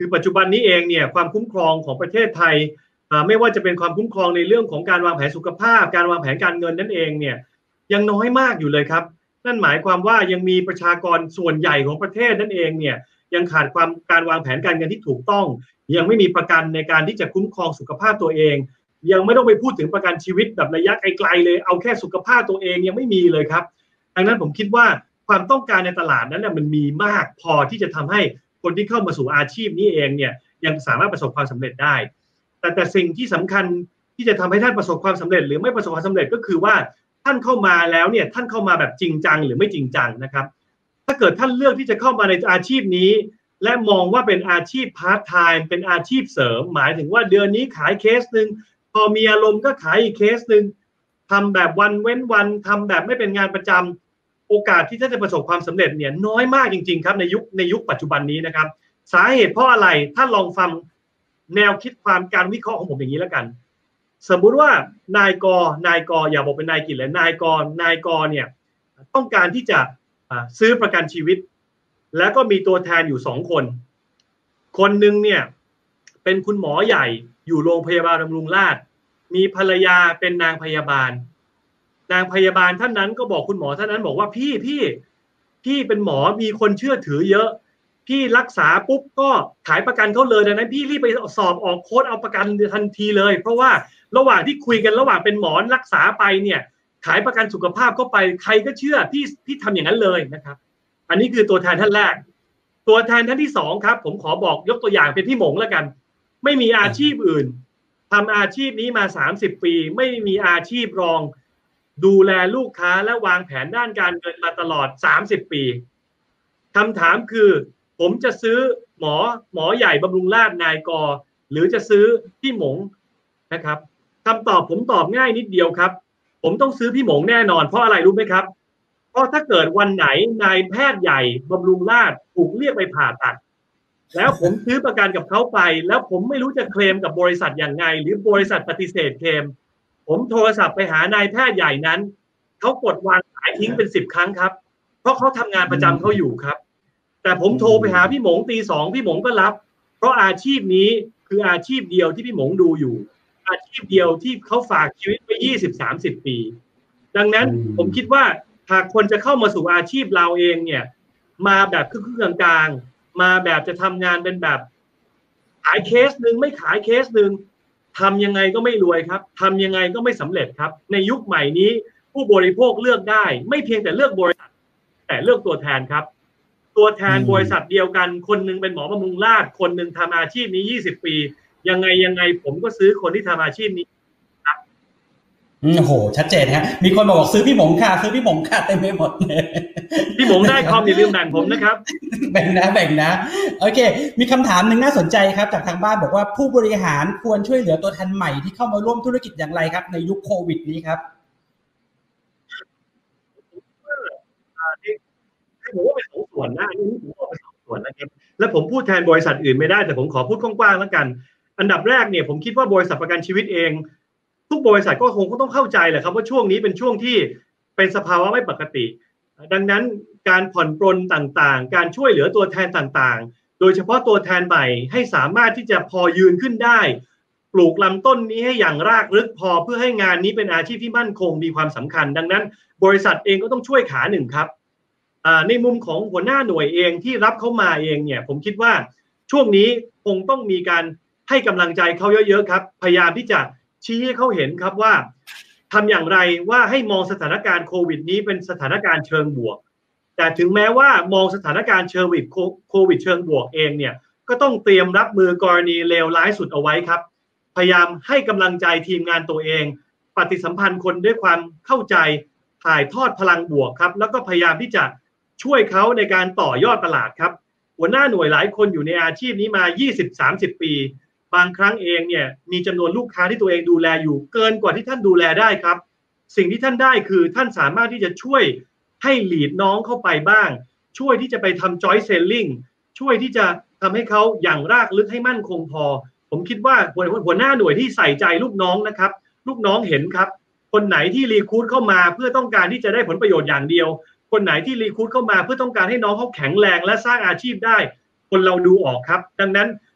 คือปัจจุบันนี้เองเนี่ยความคุ้มครองของประเทศไทยไม่ว่าจะเป็นความคุ้มครองในเรื่องของการวางแผนสุขภาพการวางแผนการเงินนั่นเองเนี่ยยังน้อยมากอยู่เลยครับนั่นหมายความว่ายังมีประชากรส่วนใหญ่ของประเทศนั่นเองเนี่ยยังขาดความการวางแผนการเงินที่ถูกต้องยังไม่มีประกันในการที่จะคุ้มครองสุขภาพตัวเองยังไม่ต้องไปพูดถึงประกันชีวิตแบบระยะไกลๆเลยเอาแค่สุขภาพตัวเองยังไม่มีเลยครับดังนั้นผมคิดว่าความต้องการในตลาดนั้นมันมีมากพอที่จะทำให้คนที่เข้ามาสู่อาชีพนี้เองเนี่ยยังสามารถประสบความสำเร็จได้แต่แต่สิ่งที่สำคัญที่จะทำให้ท่านประสบความสำเร็จหรือไม่ประสบความสำเร็จก็คือว่าท่านเข้ามาแล้วเนี่ยท่านเข้ามาแบบจริงจังหรือไม่จริงจังนะครับถ้าเกิดท่านเลือกที่จะเข้ามาในอาชีพนี้และมองว่าเป็นอาชีพพาร์ทไทม์เป็นอาชีพเสริมหมายถึงว่าเดือนนี้ขายเคสนึงพอมีอารมณ์ก็ขายอีกเคสนึงทำแบบวันเว้นวันทำแบบไม่เป็นงานประจำโอกาสที่ท่านจะประสบความสำเร็จเนี่ยน้อยมากจริงๆครับในยุคในยุคปัจจุบันนี้นะครับสาเหตุเพราะอะไรถ้าลองฟังแนวคิดความการวิเคราะห์ของผมอย่างนี้แล้วกันสมมุติว่านายกนายกอย่าบอกเป็นนายกิจเลยนายกนายกเนี่ยต้องการที่จะซื้อประกันชีวิตแล้วก็มีตัวแทนอยู่สองคนคนหนึ่งเนี่ยเป็นคุณหมอใหญ่อยู่โรงพยาบาลบำรุงราษฎร์มีภรรยาเป็นนางพยาบาลนางพยาบาลท่านนั้นก็บอกคุณหมอท่านนั้นบอกว่าพี่พี่พี่เป็นหมอมีคนเชื่อถือเยอะพี่รักษาปุ๊บก็ขายประกันเขาเลยดังนั้นพี่รีบไปสอบออกโค้ดเอาประกันทันทีเลยเพราะว่าระหว่างที่คุยกันระหว่างเป็นหมอรักษาไปเนี่ยขายประกันสุขภาพเข้าไปใครก็เชื่อพี่พี่ทำอย่างนั้นเลยนะครับอันนี้คือตัวแทนท่านแรกตัวแทนท่านที่สองครับผมขอบอกยกตัวอย่างเป็นพี่หมงแล้วกันไม่มีอาชีพอื่นทำอาชีพนี้มาสามสิบปีไม่มีอาชีพรองดูแลลูกค้าและวางแผนด้านการเงินมาตลอดสามสิบปีคำถามคือผมจะซื้อหมอหมอใหญ่บำรุงราษฎร์นายกหรือจะซื้อพี่หมงนะครับคำตอบผมตอบง่ายนิดเดียวครับผมต้องซื้อพี่หมงแน่นอนเพราะอะไรรู้ไหมครับเพราะถ้าเกิดวันไหนนายแพทย์ใหญ่บำรุงราษฎร์ถูกเรียกไปผ่าตัดแล้วผมซื้อประกันกับเขาไปแล้วผมไม่รู้จะเคลมกับบริษัทอย่างไงหรือบริษัทปฏิเสธเคลมผมโทรศัพท์ไปหานายแพทย์ใหญ่นั้นเขากดวางสายทิ้งเป็นสิบครั้งครับเพราะเขาทำงานประจำเขาอยู่ครับแต่ผมโทรไปหาพี่หมงตีสองพี่หมงก็รับเพราะอาชีพนี้คืออาชีพเดียวที่พี่หมงดูอยู่อาชีพเดียวที่เขาฝากชีวิตไปยี่สิบสามสิบปีดังนั้นผมคิดว่าหากคนจะเข้ามาสู่อาชีพเราเองเนี่ยมาแบบครึ่งๆกลางๆมาแบบจะทำงานเป็นแบบขายเคสหนึ่งไม่ขายเคสหนึ่งทำยังไงก็ไม่รวยครับทำยังไงก็ไม่สำเร็จครับในยุคใหม่นี้ผู้บริโภคเลือกได้ไม่เพียงแต่เลือกบริษัทแต่เลือกตัวแทนครับตัวแทนบริษัทเดียวกันคนนึงเป็นหมอบำรุงราษฎร์คนนึงทำอาชีพนี้ยี่สิบปียังไงยังไงผมก็ซื้อคนที่ทำอาชีพนี้ครับโอ้โหชัดเจนฮะมีคนบอกซื้อพี่หมงค่ะซื้อพี่หมงค่ะเต็มไปหมดเลยพี่หมงได้คอมอย่าลืมแบ่งผมนะครับแบ่งนะแบ่งนะโอเคมีคำถามหนึ่งน่าสนใจครับจากทางบ้านบอกว่าผู้บริหารควรช่วยเหลือตัวแทนใหม่ที่เข้ามาร่วมธุรกิจอย่างไรครับในยุคโควิดนี้ครับผมว่าเป็นสองส่วนนะอันนี้ผมว่าเป็นสองส่วนนะครับและผมพูดแทนบริษัทอื่นไม่ได้แต่ผมขอพูดกว้างๆแล้วกันอันดับแรกเนี่ยผมคิดว่าบริษัทประกันชีวิตเองทุกบริษัทก็คงต้องเข้าใจแหละครับว่าช่วงนี้เป็นช่วงที่เป็นสภาวะไม่ปกติดังนั้นการผ่อนปรนต่างๆการช่วยเหลือตัวแทนต่างๆโดยเฉพาะตัวแทนใหม่ให้สามารถที่จะพอยืนขึ้นได้ปลูกลำต้นนี้ให้อย่างรากลึกพอเพื่อให้งานนี้เป็นอาชีพที่มั่นคงมีความสำคัญดังนั้นบริษัทเองก็ต้องช่วยขาหนึ่งครับในมุมของหัวหน้าหน่วยเองที่รับเขามาเองเนี่ยผมคิดว่าช่วงนี้คงต้องมีการให้กำลังใจเขาเยอะๆครับพยายามที่จะชี้ให้เขาเห็นครับว่าทำอย่างไรว่าให้มองสถานการณ์โควิดนี้เป็นสถานการณ์เชิงบวกแต่ถึงแม้ว่ามองสถานการณ์เชิงโควิดเชิงบวกเองเนี่ยก็ต้องเตรียมรับมือกรณีเลวร้ายสุดเอาไว้ครับพยายามให้กำลังใจทีมงานตัวเองปฏิสัมพันธ์คนด้วยความเข้าใจถ่ายทอดพลังบวกครับแล้วก็พยายามที่จะช่วยเขาในการต่อยอดตลาดครับหัวหน้าหน่วยหลายคนอยู่ในอาชีพนี้มา ยี่สิบถึงสามสิบ ปีบางครั้งเองเนี่ยมีจำนวนลูกค้าที่ตัวเองดูแลอยู่เกินกว่าที่ท่านดูแลได้ครับสิ่งที่ท่านได้คือท่านสามารถที่จะช่วยให้ลีดน้องเข้าไปบ้างช่วยที่จะไปทำ joint selling ช่วยที่จะทำให้เขาอย่างรากลึกให้มั่นคงพอผมคิดว่าหัวหน้าหน่วยที่ใส่ใจลูกน้องนะครับลูกน้องเห็นครับคนไหนที่รีครูทเข้ามาเพื่อต้องการที่จะได้ผลประโยชน์อย่างเดียวคนไหนที่รีครูทเข้ามาเพื่อต้องการให้น้องเขาแข็งแรงและสร้างอาชีพได้คนเราดูออกครับดังนั้น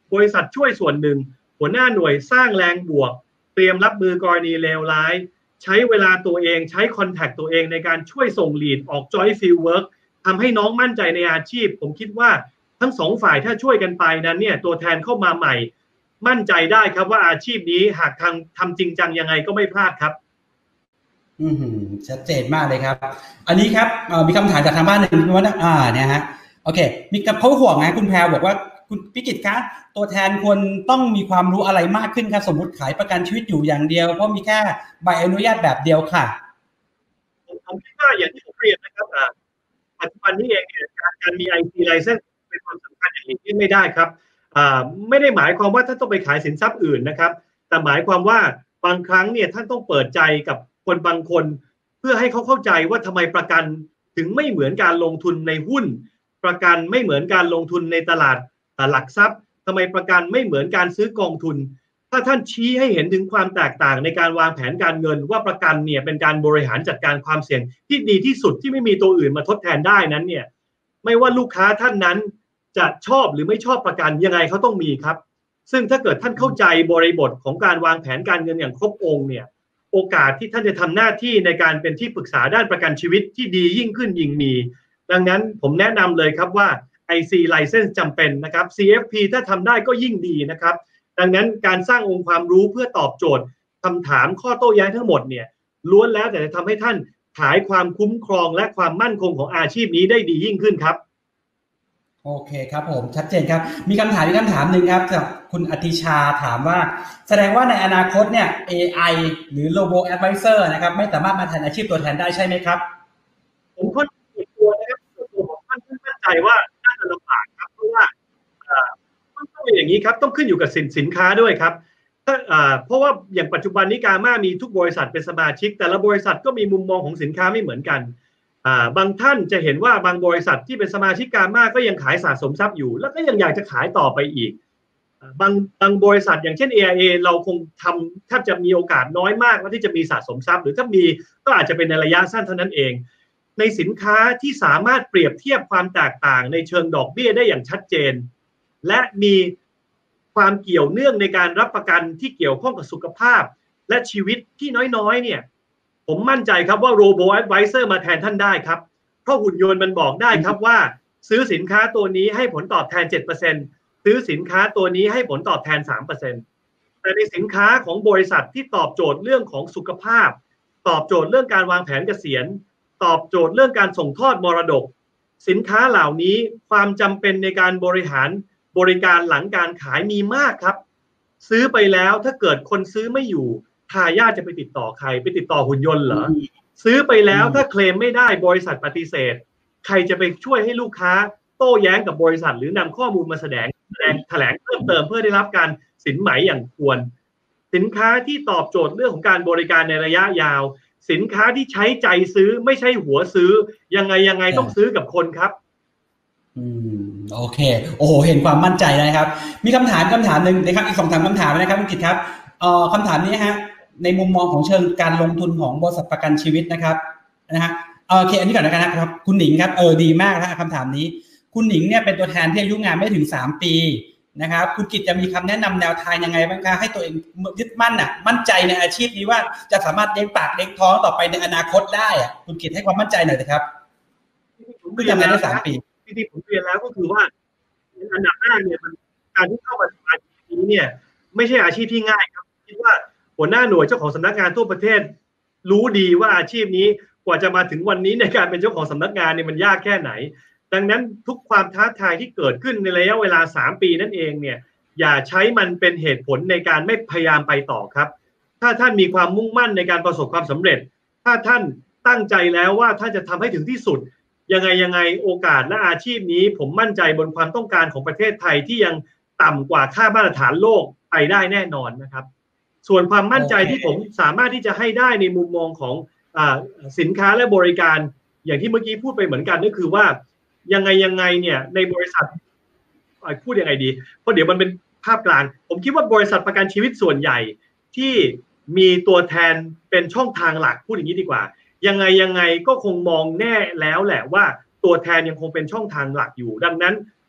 บริษัทช่วยส่วนหนึ่งหัวหน้าหน่วยสร้างแรงบวกเตรียมรับมือกรณีเลวร้ายใช้เวลาตัวเองใช้คอนแทคตัวเองในการช่วยส่งลีดออกจอยฟิลด์เวิร์กทำให้น้องมั่นใจในอาชีพผมคิดว่าทั้งสองฝ่ายถ้าช่วยกันไปนั้นเนี่ยตัวแทนเข้ามาใหม่มั่นใจได้ครับว่าอาชีพนี้หากทำทำจริงจังยังไงก็ไม่พลาดครับอืมชัดเจนมากเลยครับอันนี้ครับมีคำถามจากทางบ้านหนึ่งว่าอ่าเนี่ยฮะโอเคมีเขาห่วงนะคุณแพรบอกว่าคุณพิกิตคะตัวแทนควรต้องมีความรู้อะไรมากขึ้นครับสมมติขายประกันชีวิตอยู่อย่างเดียวเพราะมีแค่ใบอนุญาตแบบเดียวค่ะผมคิดว่าอย่างที่ผมเรียนนะครับปัจจุบันนี้เองเนี่ยการการมี ไอ ที license เป็นความสำคัญอย่างยิ่งไม่ได้ครับไม่ได้หมายความว่าท่านต้องไปขายสินทรัพย์อื่นนะครับแต่หมายความว่าบางครั้งเนี่ยท่านต้องเปิดใจกับคนบางคนเพื่อให้เขาเข้าใจว่าทำไมประกันถึงไม่เหมือนการลงทุนในหุ้นประกันไม่เหมือนการลงทุนในตลาดหลักทรัพย์ทำไมประกันไม่เหมือนการซื้อกองทุนถ้าท่านชี้ให้เห็นถึงความแตกต่างในการวางแผนการเงินว่าประกันเนี่ยเป็นการบริหารจัดการความเสี่ยงที่ดีที่สุดที่ไม่มีตัวอื่นมาทดแทนได้นั้นเนี่ยไม่ว่าลูกค้าท่านนั้นจะชอบหรือไม่ชอบประกันยังไงเขาต้องมีครับซึ่งถ้าเกิดท่านเข้าใจบริบทของการวางแผนการเงินอย่างครบองค์เนี่ยโอกาสที่ท่านจะทำหน้าที่ในการเป็นที่ปรึกษาด้านประกันชีวิตที่ดียิ่งขึ้นยิ่งมีดังนั้นผมแนะนำเลยครับว่า ไอ ซี license จำเป็นนะครับ ซี เอฟ พี ถ้าทำได้ก็ยิ่งดีนะครับดังนั้นการสร้างองค์ความรู้เพื่อตอบโจทย์คำถามข้อโต้แย้งทั้งหมดเนี่ยล้วนแล้วแต่จะทำให้ท่านขายความคุ้มครองและความมั่นคงของอาชีพนี้ได้ดียิ่งขึ้นครับโอเคครับผมชัดเจนครับมีคำถามมีคำถามหนึ่งครับจากคุณอธิชาถามว่าแสดงว่าในอนาคตเนี่ย เอ ไอ หรือ Robo Advisor นะครับไม่สามารถมาแทนอาชีพตัวแทนได้ใช่ไหมครับผมค่อนข้างกลัวนะครับตัวผมค่อนข้างมั่นใจว่าน่าจะลำบากครับเพราะว่าต้องเป็นอย่างนี้ครับต้องขึ้นอยู่กับสินสินค้าด้วยครับถ้าเพราะว่าอย่างปัจจุบันนี้กาม่ามีทุกบริษัทเป็นสมาชิกแต่ละบริษัทก็มีมุมมองของสินค้าไม่เหมือนกันบางท่านจะเห็นว่าบางบริษัทที่เป็นสมาชิกกาม่าก็ยังขายสะสมทรัพย์อยู่แล้วก็ยังอยากจะขายต่อไปอีกบางบางบริษัทอย่างเช่น เอ ไอ เอ เราคงทำแทบจะมีโอกาสน้อยมากที่จะมีสะสมทรัพย์หรือถ้ามีก็อาจจะเป็นในระยะสั้นเท่านั้นเองในสินค้าที่สามารถเปรียบเทียบความแตกต่างในเชิงดอกเบี้ยได้อย่างชัดเจนและมีความเกี่ยวเนื่องในการรับประกันที่เกี่ยวข้องกับสุขภาพและชีวิตที่น้อยๆเนี่ยผมมั่นใจครับว่า Robo Advisor มาแทนท่านได้ครับเพราะหุ่นยนต์มันบอกได้ครับว่าซื้อสินค้าตัวนี้ให้ผลตอบแทน เจ็ดเปอร์เซ็นต์ ซื้อสินค้าตัวนี้ให้ผลตอบแทน สามเปอร์เซ็นต์ แต่ในสินค้าของบริษัทที่ตอบโจทย์เรื่องของสุขภาพตอบโจทย์เรื่องการวางแผนเกษียณตอบโจทย์เรื่องการส่งทอดมรดกสินค้าเหล่านี้ความจำเป็นในการบริหารบริการหลังการขายมีมากครับซื้อไปแล้วถ้าเกิดคนซื้อไม่อยู่ทายาทจะไปติดต่อใครไปติดต่อหุ่นยนต์เหรอซื้อไปแล้วถ้าเคลมไม่ได้บริษัทปฏิเสธใครจะไปช่วยให้ลูกค้าโต้แย้งกับบริษัทหรือนำข้อมูลมาแสดงแสดงแถลงเพิ่มเติมเพื่อได้รับการสินไหมอย่างควรสินค้าที่ตอบโจทย์เรื่องของการบริการในระยะยาวสินค้าที่ใช้ใจซื้อไม่ใช่หัวซื้อยังไงยังไงต้องซื้อกับคนครับอืมโอเคโอ้โหเห็นความมั่นใจนะครับมีคำถามคำถามหนึ่งนะครับอีกสองสามคำถามนะครับคุณกิตครับเอ่อคำถามนี้ฮะในมุมมองของเชิงการลงทุนของบริษัทประกันชีวิตนะครับนะฮะโอเคอันนี้ก่อนนะครับคุณหนิงครับเออดีมากนะคำถามนี้คุณหนิงเนี่ยเป็นตัวแทนที่อายุงานไม่ถึงสามปีนะครับคุณกิตจะมีคำแนะนำแนวทางยังไงบ้างคะให้ตัวเองยึดมั่นอ่ะมั่นใจในอาชีพนี้ว่าจะสามารถเลี้ยงปากเลี้ยงท้องต่อไปในอนาคตได้อ่ะคุณกิตให้ความมั่นใจหน่อยนะครับคือทำงานได้สามปีที่ผมเรียนแล้วก็คือว่าอันดับแรกเนี่ยมันการที่เข้ามาทำอาชีพนี้เนี่ยไม่ใช่อาชีพที่ง่ายครับคิดว่าหัวหน้าหน่วยเจ้าของสำนักงานทั่วประเทศรู้ดีว่าอาชีพนี้กว่าจะมาถึงวันนี้ในการเป็นเจ้าของสำนักงานเนี่ยมันยากแค่ไหนดังนั้นทุกความท้าทายที่เกิดขึ้นในระยะเวลาสามปีนั่นเองเนี่ยอย่าใช้มันเป็นเหตุผลในการไม่พยายามไปต่อครับถ้าท่านมีความมุ่งมั่นในการประสบความสำเร็จถ้าท่านตั้งใจแล้วว่าท่านจะทำให้ถึงที่สุดยังไงยังไงโอกาสและอาชีพนี้ผมมั่นใจบนความต้องการของประเทศไทยที่ยังต่ำกว่าค่ามาตรฐานโลกไปได้แน่นอนนะครับส่วนความมั่นใจ okay. ที่ผมสามารถที่จะให้ได้ในมุมมองของอ่าสินค้าและบริการอย่างที่เมื่อกี้พูดไปเหมือนกันก็คือว่ายังไงยังไงเนี่ยในบริษัทพูดยังไงดีเพราะเดี๋ยวมันเป็นภาพกลางผมคิดว่าบริษัทประกันชีวิตส่วนใหญ่ที่มีตัวแทนเป็นช่องทางหลักพูดอย่างนี้ดีกว่ายังไงยังไงก็คงมองแน่แล้วแหละว่าตัวแทนยังคงเป็นช่องทางหลักอยู่ดังนั้น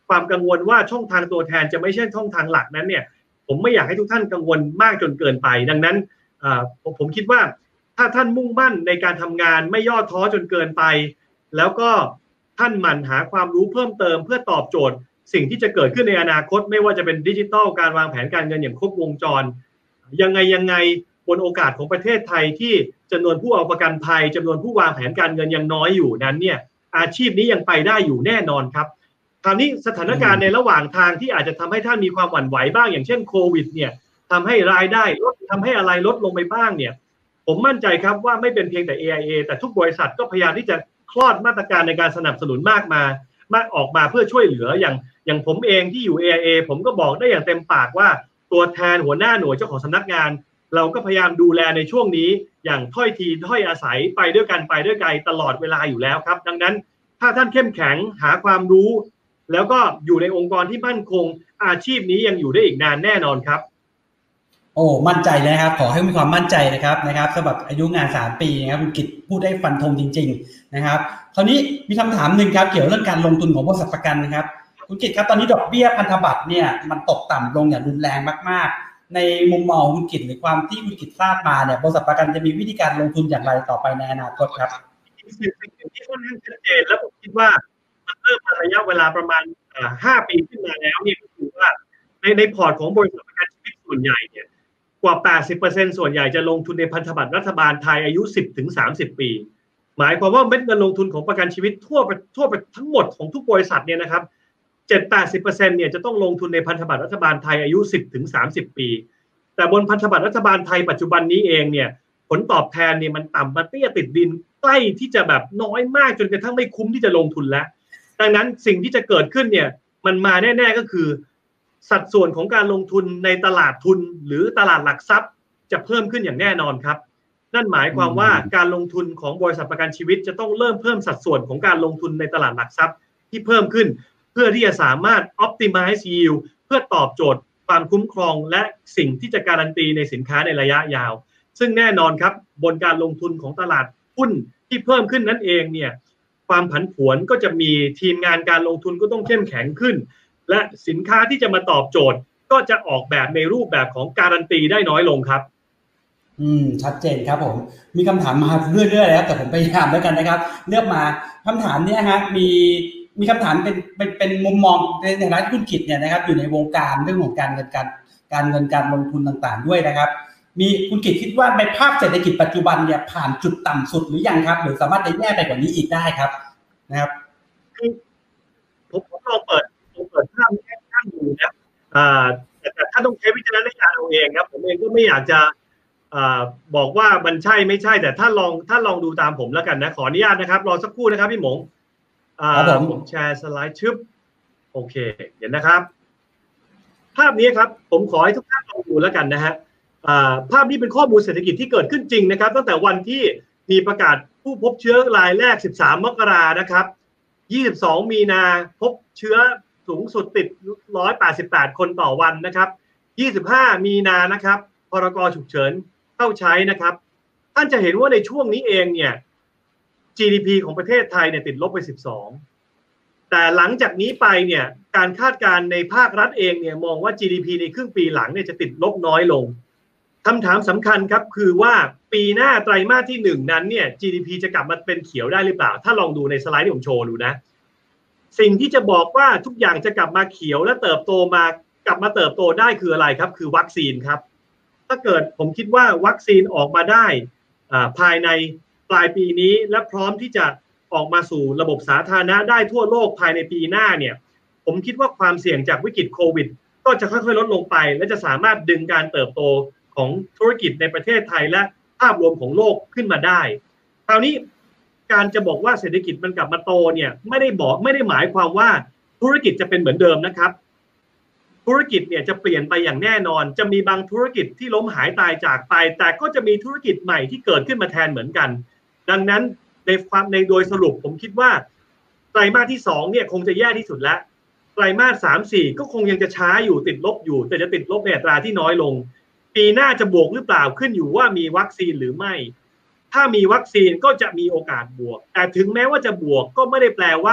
ความกังวลว่าช่องทางตัวแทนจะไม่ใช่ช่องทางหลักนั้นเนี่ยผมไม่อยากให้ทุกท่านกังวลมากจนเกินไปดังนั้นผมผมคิดว่าถ้าท่านมุ่งมั่นในการทำงานไม่ย่อท้อจนเกินไปแล้วก็ท่านหมั่นหาความรู้เพิ่มเติมเพื่อตอบโจทย์สิ่งที่จะเกิดขึ้นในอนาคตไม่ว่าจะเป็นดิจิทัลการวางแผนการเงินอย่างครบวงจรยังไงยังไงบนโอกาสของประเทศไทยที่จำนวนผู้เอาประกันภัยจำนวนผู้วางแผนการเงินยังน้อยอยู่นั้นเนี่ยอาชีพนี้ยังไปได้อยู่แน่นอนครับคราวนี้สถานการณ์ในระหว่างทางที่อาจจะทำให้ท่านมีความหวั่นไหวบ้างอย่างเช่นโควิดเนี่ยทำให้รายได้ลดทำให้อะไรลดลงไปบ้างเนี่ยผมมั่นใจครับว่าไม่เป็นเพียงแต่ เอ ไอ เอ แต่ทุกบริษัทก็พยายามที่จะคลอดมาตรการในการสนับสนุนมากมามากออกมาเพื่อช่วยเหลืออย่างอย่างผมเองที่อยู่ เอ ไอ เอ ผมก็บอกได้อย่างเต็มปากว่าตัวแทนหัวหน้าหน่วยเจ้าของสำนักงานเราก็พยายามดูแลในช่วงนี้อย่างถ้อยทีถ้อยอาศัยไปด้วยกันไปด้วยกันตลอดเวลาอยู่แล้วครับดังนั้นถ้าท่านเข้มแข็งหาความรู้แล้วก็อยู่ในองค์กรที่มั่นคงอาชีพนี้ยังอยู่ได้อีกนานแน่นอนครับโอ้มั่นใจนะครับขอให้มีความมั่นใจนะครับนะครับสำหรับอายุงานสามปีนะครับคุณกิตพูดได้ฟันธงจริงๆนะครับคราวนี้มีคำถามหนึ่งครับเกี่ยวกับเรื่องการลงทุนของบริษัทประกันนะครับคุณกิตครับตอนนี้ดอกเบี้ยพันธบัตรเนี่ยมันตกต่ำลงอย่างรุนแรงมากๆในมุมมองคุณกิตหรือความที่คุณกิตทราบมาเนี่ยบริษัทประกันจะมีวิธีการลงทุนอย่างไรต่อไปในอนาคตครับสิ่งที่ค่อนข้างชัดเจนและผมคิดว่ามันเริ่มมาระยะเวลาประมาณห้าปีขึ้นมาแล้วเนี่ยก็คือว่าในในพอร์ตของบริษัทประกันชีวิตส่วนใหญ่เนี่ยกว่า แปดสิบเปอร์เซ็นต์ ส่วนใหญ่จะลงทุนในพันธบัตรรัฐบาลไทยอายุ สิบถึงสามสิบ ปีหมายความว่าเม็ดเงินลงทุนของประกันชีวิตทั่วทั่วไปทั้งหมดของทุกบริษัทเนี่ยนะครับ เจ็ดถึงแปดสิบเปอร์เซ็นต์ เนี่ยจะต้องลงทุนในพันธบัตรรัฐบาลไทยอายุ สิบถึงสามสิบ ปีแต่บนพันธบัตรรัฐบาลไทยปัจจุบันนี้เองเนี่ยผลตอบแทนเนี่ยมันต่ำมาเตี้ยติดดินใกล้ที่จะแบบน้อยมากจนกระทั่งไม่คุ้มที่จะลงทุนแล้วดังนั้นสิ่งที่จะเกิดขึ้นเนี่ยมันมาแน่ๆก็คือสัดส่วนของการลงทุนในตลาดทุนหรือตลาดหลักทรัพย์จะเพิ่มขึ้นอย่างแน่นอนครับนั่นหมายความว่าการลงทุนของบริษัทประกันชีวิตจะต้องเริ่มเพิ่มสัดส่วนของการลงทุนในตลาดหลักทรัพย์ที่เพิ่มขึ้นเพื่อที่จะสามารถ optimize yield เพื่อตอบโจทย์ความคุ้มครองและสิ่งที่จะการันตีในสินค้าในระยะยาวซึ่งแน่นอนครับบนการลงทุนของตลาดหุ้นที่เพิ่มขึ้นนั่นเองเนี่ยความผันผวนก็จะมีทีมงานการลงทุนก็ต้องเข้มแข็งขึ้นและสินค้าที่จะมาตอบโจทย์ก็จะออกแบบในรูปแบบของการันตีได้น้อยลงครับอืมชัดเจนครับผมมีคำถามมาเรื่อยๆแล้วแต่ผมพยายามแล้วกันนะครับเลือกมาคำถามนี้ฮะมีมีคำถามเป็นเป็นเป็นมุมมองในฐานะที่คุณกิตเนี่ยนะครับอยู่ในวงการเรื่องของการเงินการการเงินการลงทุนต่างๆด้วยนะครับมีคุณกิตคิดว่าในภาพเศรษฐกิจปัจจุบันเนี่ยผ่านจุดต่ำสุดหรือยังครับหรือสามารถจะแย่ไปกว่านี้อีกได้ครับนะครับคือผมผมลองเปิดผมเปิดภาพให้ท่านดูนะอ่าแต่แต่ถ้าต้องใช้วิจารณญาณเอาเองครับผมเองก็ไม่อยากจะอ่าบอกว่ามันใช่ไม่ใช่แต่ถ้าลองถ้าลองดูตามผมแล้วกันนะขออนุญาตนะครับรอสักครู่นะครับพี่หมงอ่าผมแชร์สไลด์ชึบโอเคเดี๋ยวนะครับภาพนี้ครับผมขอให้ทุกท่านลองดูแล้วกันนะฮะภาพนี้เป็นข้อมูลเศรษฐกิจที่เกิดขึ้นจริงนะครับตั้งแต่วันที่มีประกาศผู้พบเชื้อรายแรกสิบสามมกรานะครับยี่สิบสองมีนาพบเชื้อสูงสุดติดหนึ่งร้อยแปดสิบแปดคนต่อวันนะครับยี่สิบห้ามีนานะครับพรกฉุกเฉินเข้าใช้นะครับท่านจะเห็นว่าในช่วงนี้เองเนี่ย จี ดี พี ของประเทศไทยเนี่ยติดลบไปสิบสองแต่หลังจากนี้ไปเนี่ยการคาดการณ์ในภาครัฐเองเนี่ยมองว่า จี ดี พี ในครึ่งปีหลังเนี่ยจะติดลบน้อยลงคำถามสำคัญครับคือว่าปีหน้าไตรมาสที่หนึ่งนั้นเนี่ย จี ดี พี จะกลับมาเป็นเขียวได้หรือเปล่าถ้าลองดูในสไลด์ที่ผมโชว์ดูนะสิ่งที่จะบอกว่าทุกอย่างจะกลับมาเขียวและเติบโตมากลับมาเติบโตได้คืออะไรครับคือวัคซีนครับถ้าเกิดผมคิดว่าวัคซีนออกมาได้ภายในปลายปีนี้และพร้อมที่จะออกมาสู่ระบบสาธารณะได้ทั่วโลกภายในปีหน้าเนี่ยผมคิดว่าความเสี่ยงจากวิกฤตโควิดก็จะค่อยๆลดลงไปและจะสามารถดึงการเติบโตของธุรกิจในประเทศไทยและภาพรวมของโลกขึ้นมาได้คราวนี้การจะบอกว่าเศรษฐกิจมันกลับมาโตเนี่ยไม่ได้บอกไม่ได้หมายความว่าธุรกิจจะเป็นเหมือนเดิมนะครับธุรกิจเนี่ยจะเปลี่ยนไปอย่างแน่นอนจะมีบางธุรกิจที่ล้มหายตายจากไปแต่ก็จะมีธุรกิจใหม่ที่เกิดขึ้นมาแทนเหมือนกันดังนั้นในความในโดยสรุปผมคิดว่าไตรมาสที่สองเนี่ยคงจะแย่ที่สุดแล้วไตรมาสสามสี่ก็คงยังจะช้าอยู่ติดลบอยู่แต่จะติดลบในอัตราที่น้อยลงปีหน้าจะบวกหรือเปล่าขึ้นอยู่ว่ามีวัคซีนหรือไม่ถ้ามีวัคซีนก็จะมีโอกาสบวกแต่ถึงแม้ว่าจะบวกก็ไม่ได้แปลว่า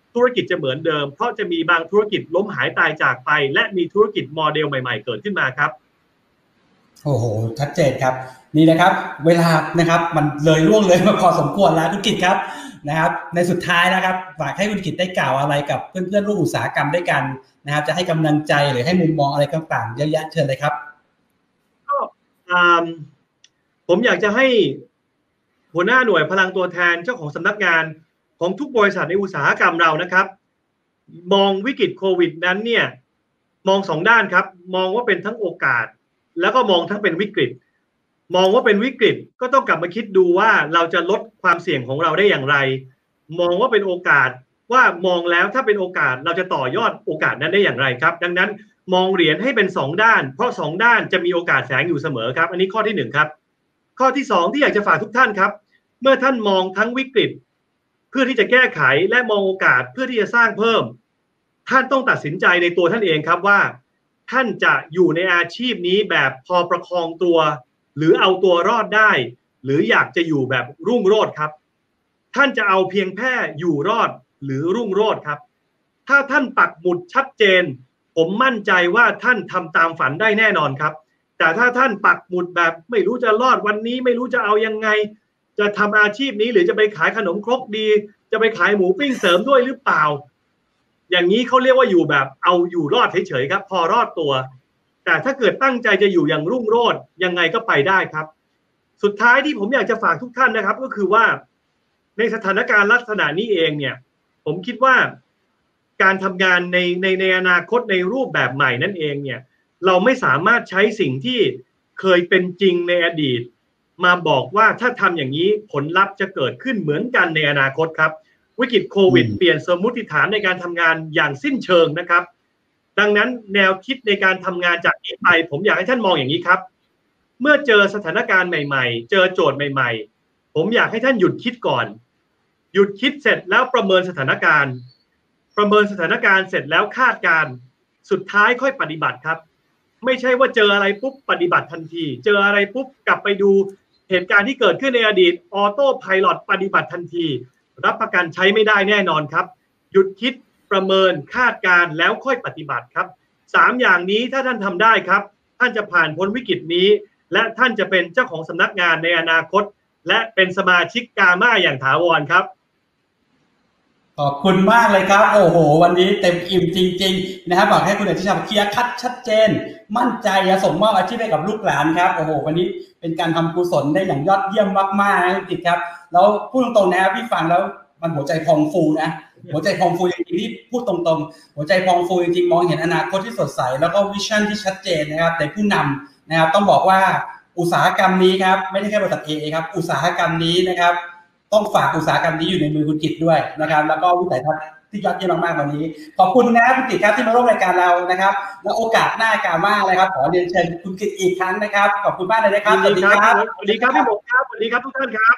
ธุรกิจจะเหมือนเดิมเพราะจะมีบางธุรกิจล้มหายตายจากไปและมีธุรกิจโมเดลใหม่ๆเกิดขึ้นมาครับโอ้โหชัดเจนครับนี่นะครับเวลานะครับมันเลยล่วงเลยมาพอสมควรแล้วคุณกิตครับนะครับในสุดท้ายนะครับฝากให้คุณกิตได้กล่าวอะไรกับเพื่อนๆร่วมอุตสาหกรรมด้วยกันนะครับจะให้กำลังใจหรือให้มุมมองอะไรต่างๆเยอะแยะเชิญเลยครับก็ผมอยากจะให้หัวหน้าหน่วยพลังตัวแทนเจ้าของสำนักงานของทุกบริษัทในอุตสาหกรรมเรานะครับมองวิกฤตโควิดนั้นเนี่ยมองสองด้านครับมองว่าเป็นทั้งโอกาสแล้วก็มองทั้งเป็นวิกฤตมองว่าเป็นวิกฤตก็ต้องกลับมาคิดดูว่าเราจะลดความเสี่ยงของเราได้อย่างไรมองว่าเป็นโอกาสว่ามองแล้วถ้าเป็นโอกาสเราจะต่อยอดโอกาสนั้นได้อย่างไรครับดังนั้นมองเหรียญให้เป็นสองด้านเพราะสองด้านจะมีโอกาสแฝงอยู่เสมอครับอันนี้ข้อที่หนึ่งครับข้อที่สองที่อยากจะฝากทุกท่านครับเมื่อท่านมองทั้งวิกฤตเพื่อที่จะแก้ไขและมองโอกาสเพื่อที่จะสร้างเพิ่มท่านต้องตัดสินใจในตัวท่านเองครับว่าท่านจะอยู่ในอาชีพนี้แบบพอประคองตัวหรือเอาตัวรอดได้หรืออยากจะอยู่แบบรุ่งโรจน์ครับท่านจะเอาเพียงแค่อยู่รอดหรือรุ่งโรจน์ครับถ้าท่านปักหมุดชัดเจนผมมั่นใจว่าท่านทำตามฝันได้แน่นอนครับแต่ถ้าท่านปักหมุดแบบไม่รู้จะรอดวันนี้ไม่รู้จะเอายังไงจะทำอาชีพนี้หรือจะไปขายขนมครกดีจะไปขายหมูปิ้งเสริมด้วยหรือเปล่าอย่างนี้เขาเรียกว่าอยู่แบบเอาอยู่รอดเฉยๆครับพอรอดตัวแต่ถ้าเกิดตั้งใจจะอยู่อย่างรุ่งโรจน์ยังไงก็ไปได้ครับสุดท้ายที่ผมอยากจะฝากทุกท่านนะครับก็คือว่าในสถานการณ์ลักษณะนี้เองเนี่ยผมคิดว่าการทำงานในในในอนาคตในรูปแบบใหม่นั่นเองเนี่ยเราไม่สามารถใช้สิ่งที่เคยเป็นจริงในอดีตมาบอกว่าถ้าทำอย่างนี้ผลลัพธ์จะเกิดขึ้นเหมือนกันในอนาคตครับวิกฤตโควิดเปลี่ยนสมมุติฐานในการทำงานอย่างสิ้นเชิงนะครับดังนั้นแนวคิดในการทำงานจากนี้ไปผมอยากให้ท่านมองอย่างนี้ครับเมื่อเจอสถานการณ์ใหม่ๆเจอโจทย์ใหม่ๆผมอยากให้ท่านหยุดคิดก่อนหยุดคิดเสร็จแล้วประเมินสถานการณ์ประเมินสถานการณ์เสร็จแล้วคาดการณ์สุดท้ายค่อยปฏิบัติครับไม่ใช่ว่าเจออะไรปุ๊บปฏิบัติทันทีเจออะไรปุ๊บกลับไปดูเหตุการณ์ที่เกิดขึ้นในอดีตออโต้ไพลอตปฏิบัติทันทีรับประกันใช้ไม่ได้แน่นอนครับหยุดคิดประเมินคาดการณ์แล้วค่อยปฏิบัติครับสามอย่างนี้ถ้าท่านทำได้ครับท่านจะผ่านพ้นวิกฤตนี้และท่านจะเป็นเจ้าของสำนักงานในอนาคตและเป็นสมาชิกกาม่าอย่างถาวรครับขอบคุณมากเลยครับโอ้โหวันนี้เต็มอิ่มจริงๆนะครับบอกให้คุณอธิชาเคลียร์คัดชัดเจนมั่นใจจะส่งมอบอาชีพให้กับลูกหลานครับโอ้โหวันนี้เป็นการทำกุศลได้อย่างยอดเยี่ยมมากๆนะคุณครับแล้วพูดตรงๆนะพี่ฟังแล้วมันหัวใจพองฟูนะหัวใจพองฟูจริงๆที่พูดตรงๆหัวใจพองฟูจริงๆมองเห็นอนาคตที่สดใสแล้วก็วิชั่นที่ชัดเจนนะครับในผู้นำนะครับต้องบอกว่าอุตสาหกรรมนี้ครับไม่ใช่แค่บริษัท เอ ครับอุตสาหกรรมนี้นะครับต้องฝากอุตสาหกรรมนี้อยู่ในมือคุณกิตด้วยนะครับแล้วก็วิสัยทัศน์ที่ยอดเยี่ยมมากๆวันนี้ขอบคุณนะครับคุณกิตครับที่มาร่วมรายการเรานะครับและโอกาสหน้ากาม่านะครับขอเรียนเชิญคุณกิตอีกครั้งนะครับขอบคุณมากเลยนะครับสวัสดีครับสวัสดีครับพี่หมกครับสวัสดีครับทุกท่านครับ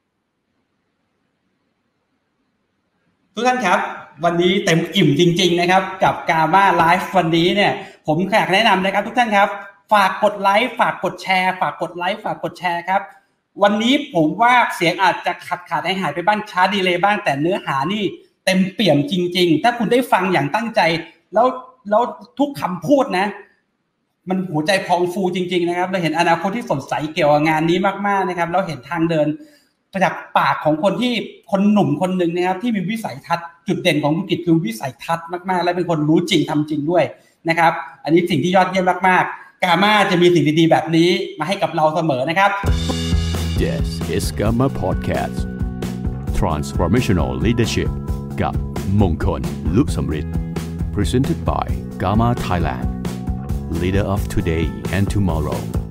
ทุกท่านครับวันนี้เต็มอิ่มจริงๆนะครับกับกาม่าไลฟ์วันนี้เนี่ยผมอยากแนะนำนะครับทุกท่านครับฝากกดไลค์ฝากกดแชร์ฝากกดไลค์ฝากกดแชร์ครับวันนี้ผมว่าเสียงอาจจะขาดขาดหายหายไปบ้างช้าดีเลยบ้างแต่เนื้อหานี่เต็มเปี่ยมจริงๆถ้าคุณได้ฟังอย่างตั้งใจแล้วแล้วทุกคำพูดนะมันหัวใจพองฟูจริงๆนะครับเราเห็นอนาคตที่สดใสเกี่ยวกับงานนี้มากๆนะครับเราเห็นทางเดินจากปากของคนที่คนหนุ่มคนหนึ่งนะครับที่มีวิสัยทัศน์จุดเด่นของธุรกิจคือวิสัยทัศน์มากๆและเป็นคนรู้จริงทำจริงด้วยนะครับอันนี้สิ่งที่ยอดเยี่ยมมากๆกาม่าจะมีสิ่งดีๆแบบนี้มาให้กับเราเสมอนะครับ This is Gamma Podcast Transformational Leadership กับมงคลลุสมฤทธิ์ Presented by Gamma Thailand Leader of Today and Tomorrow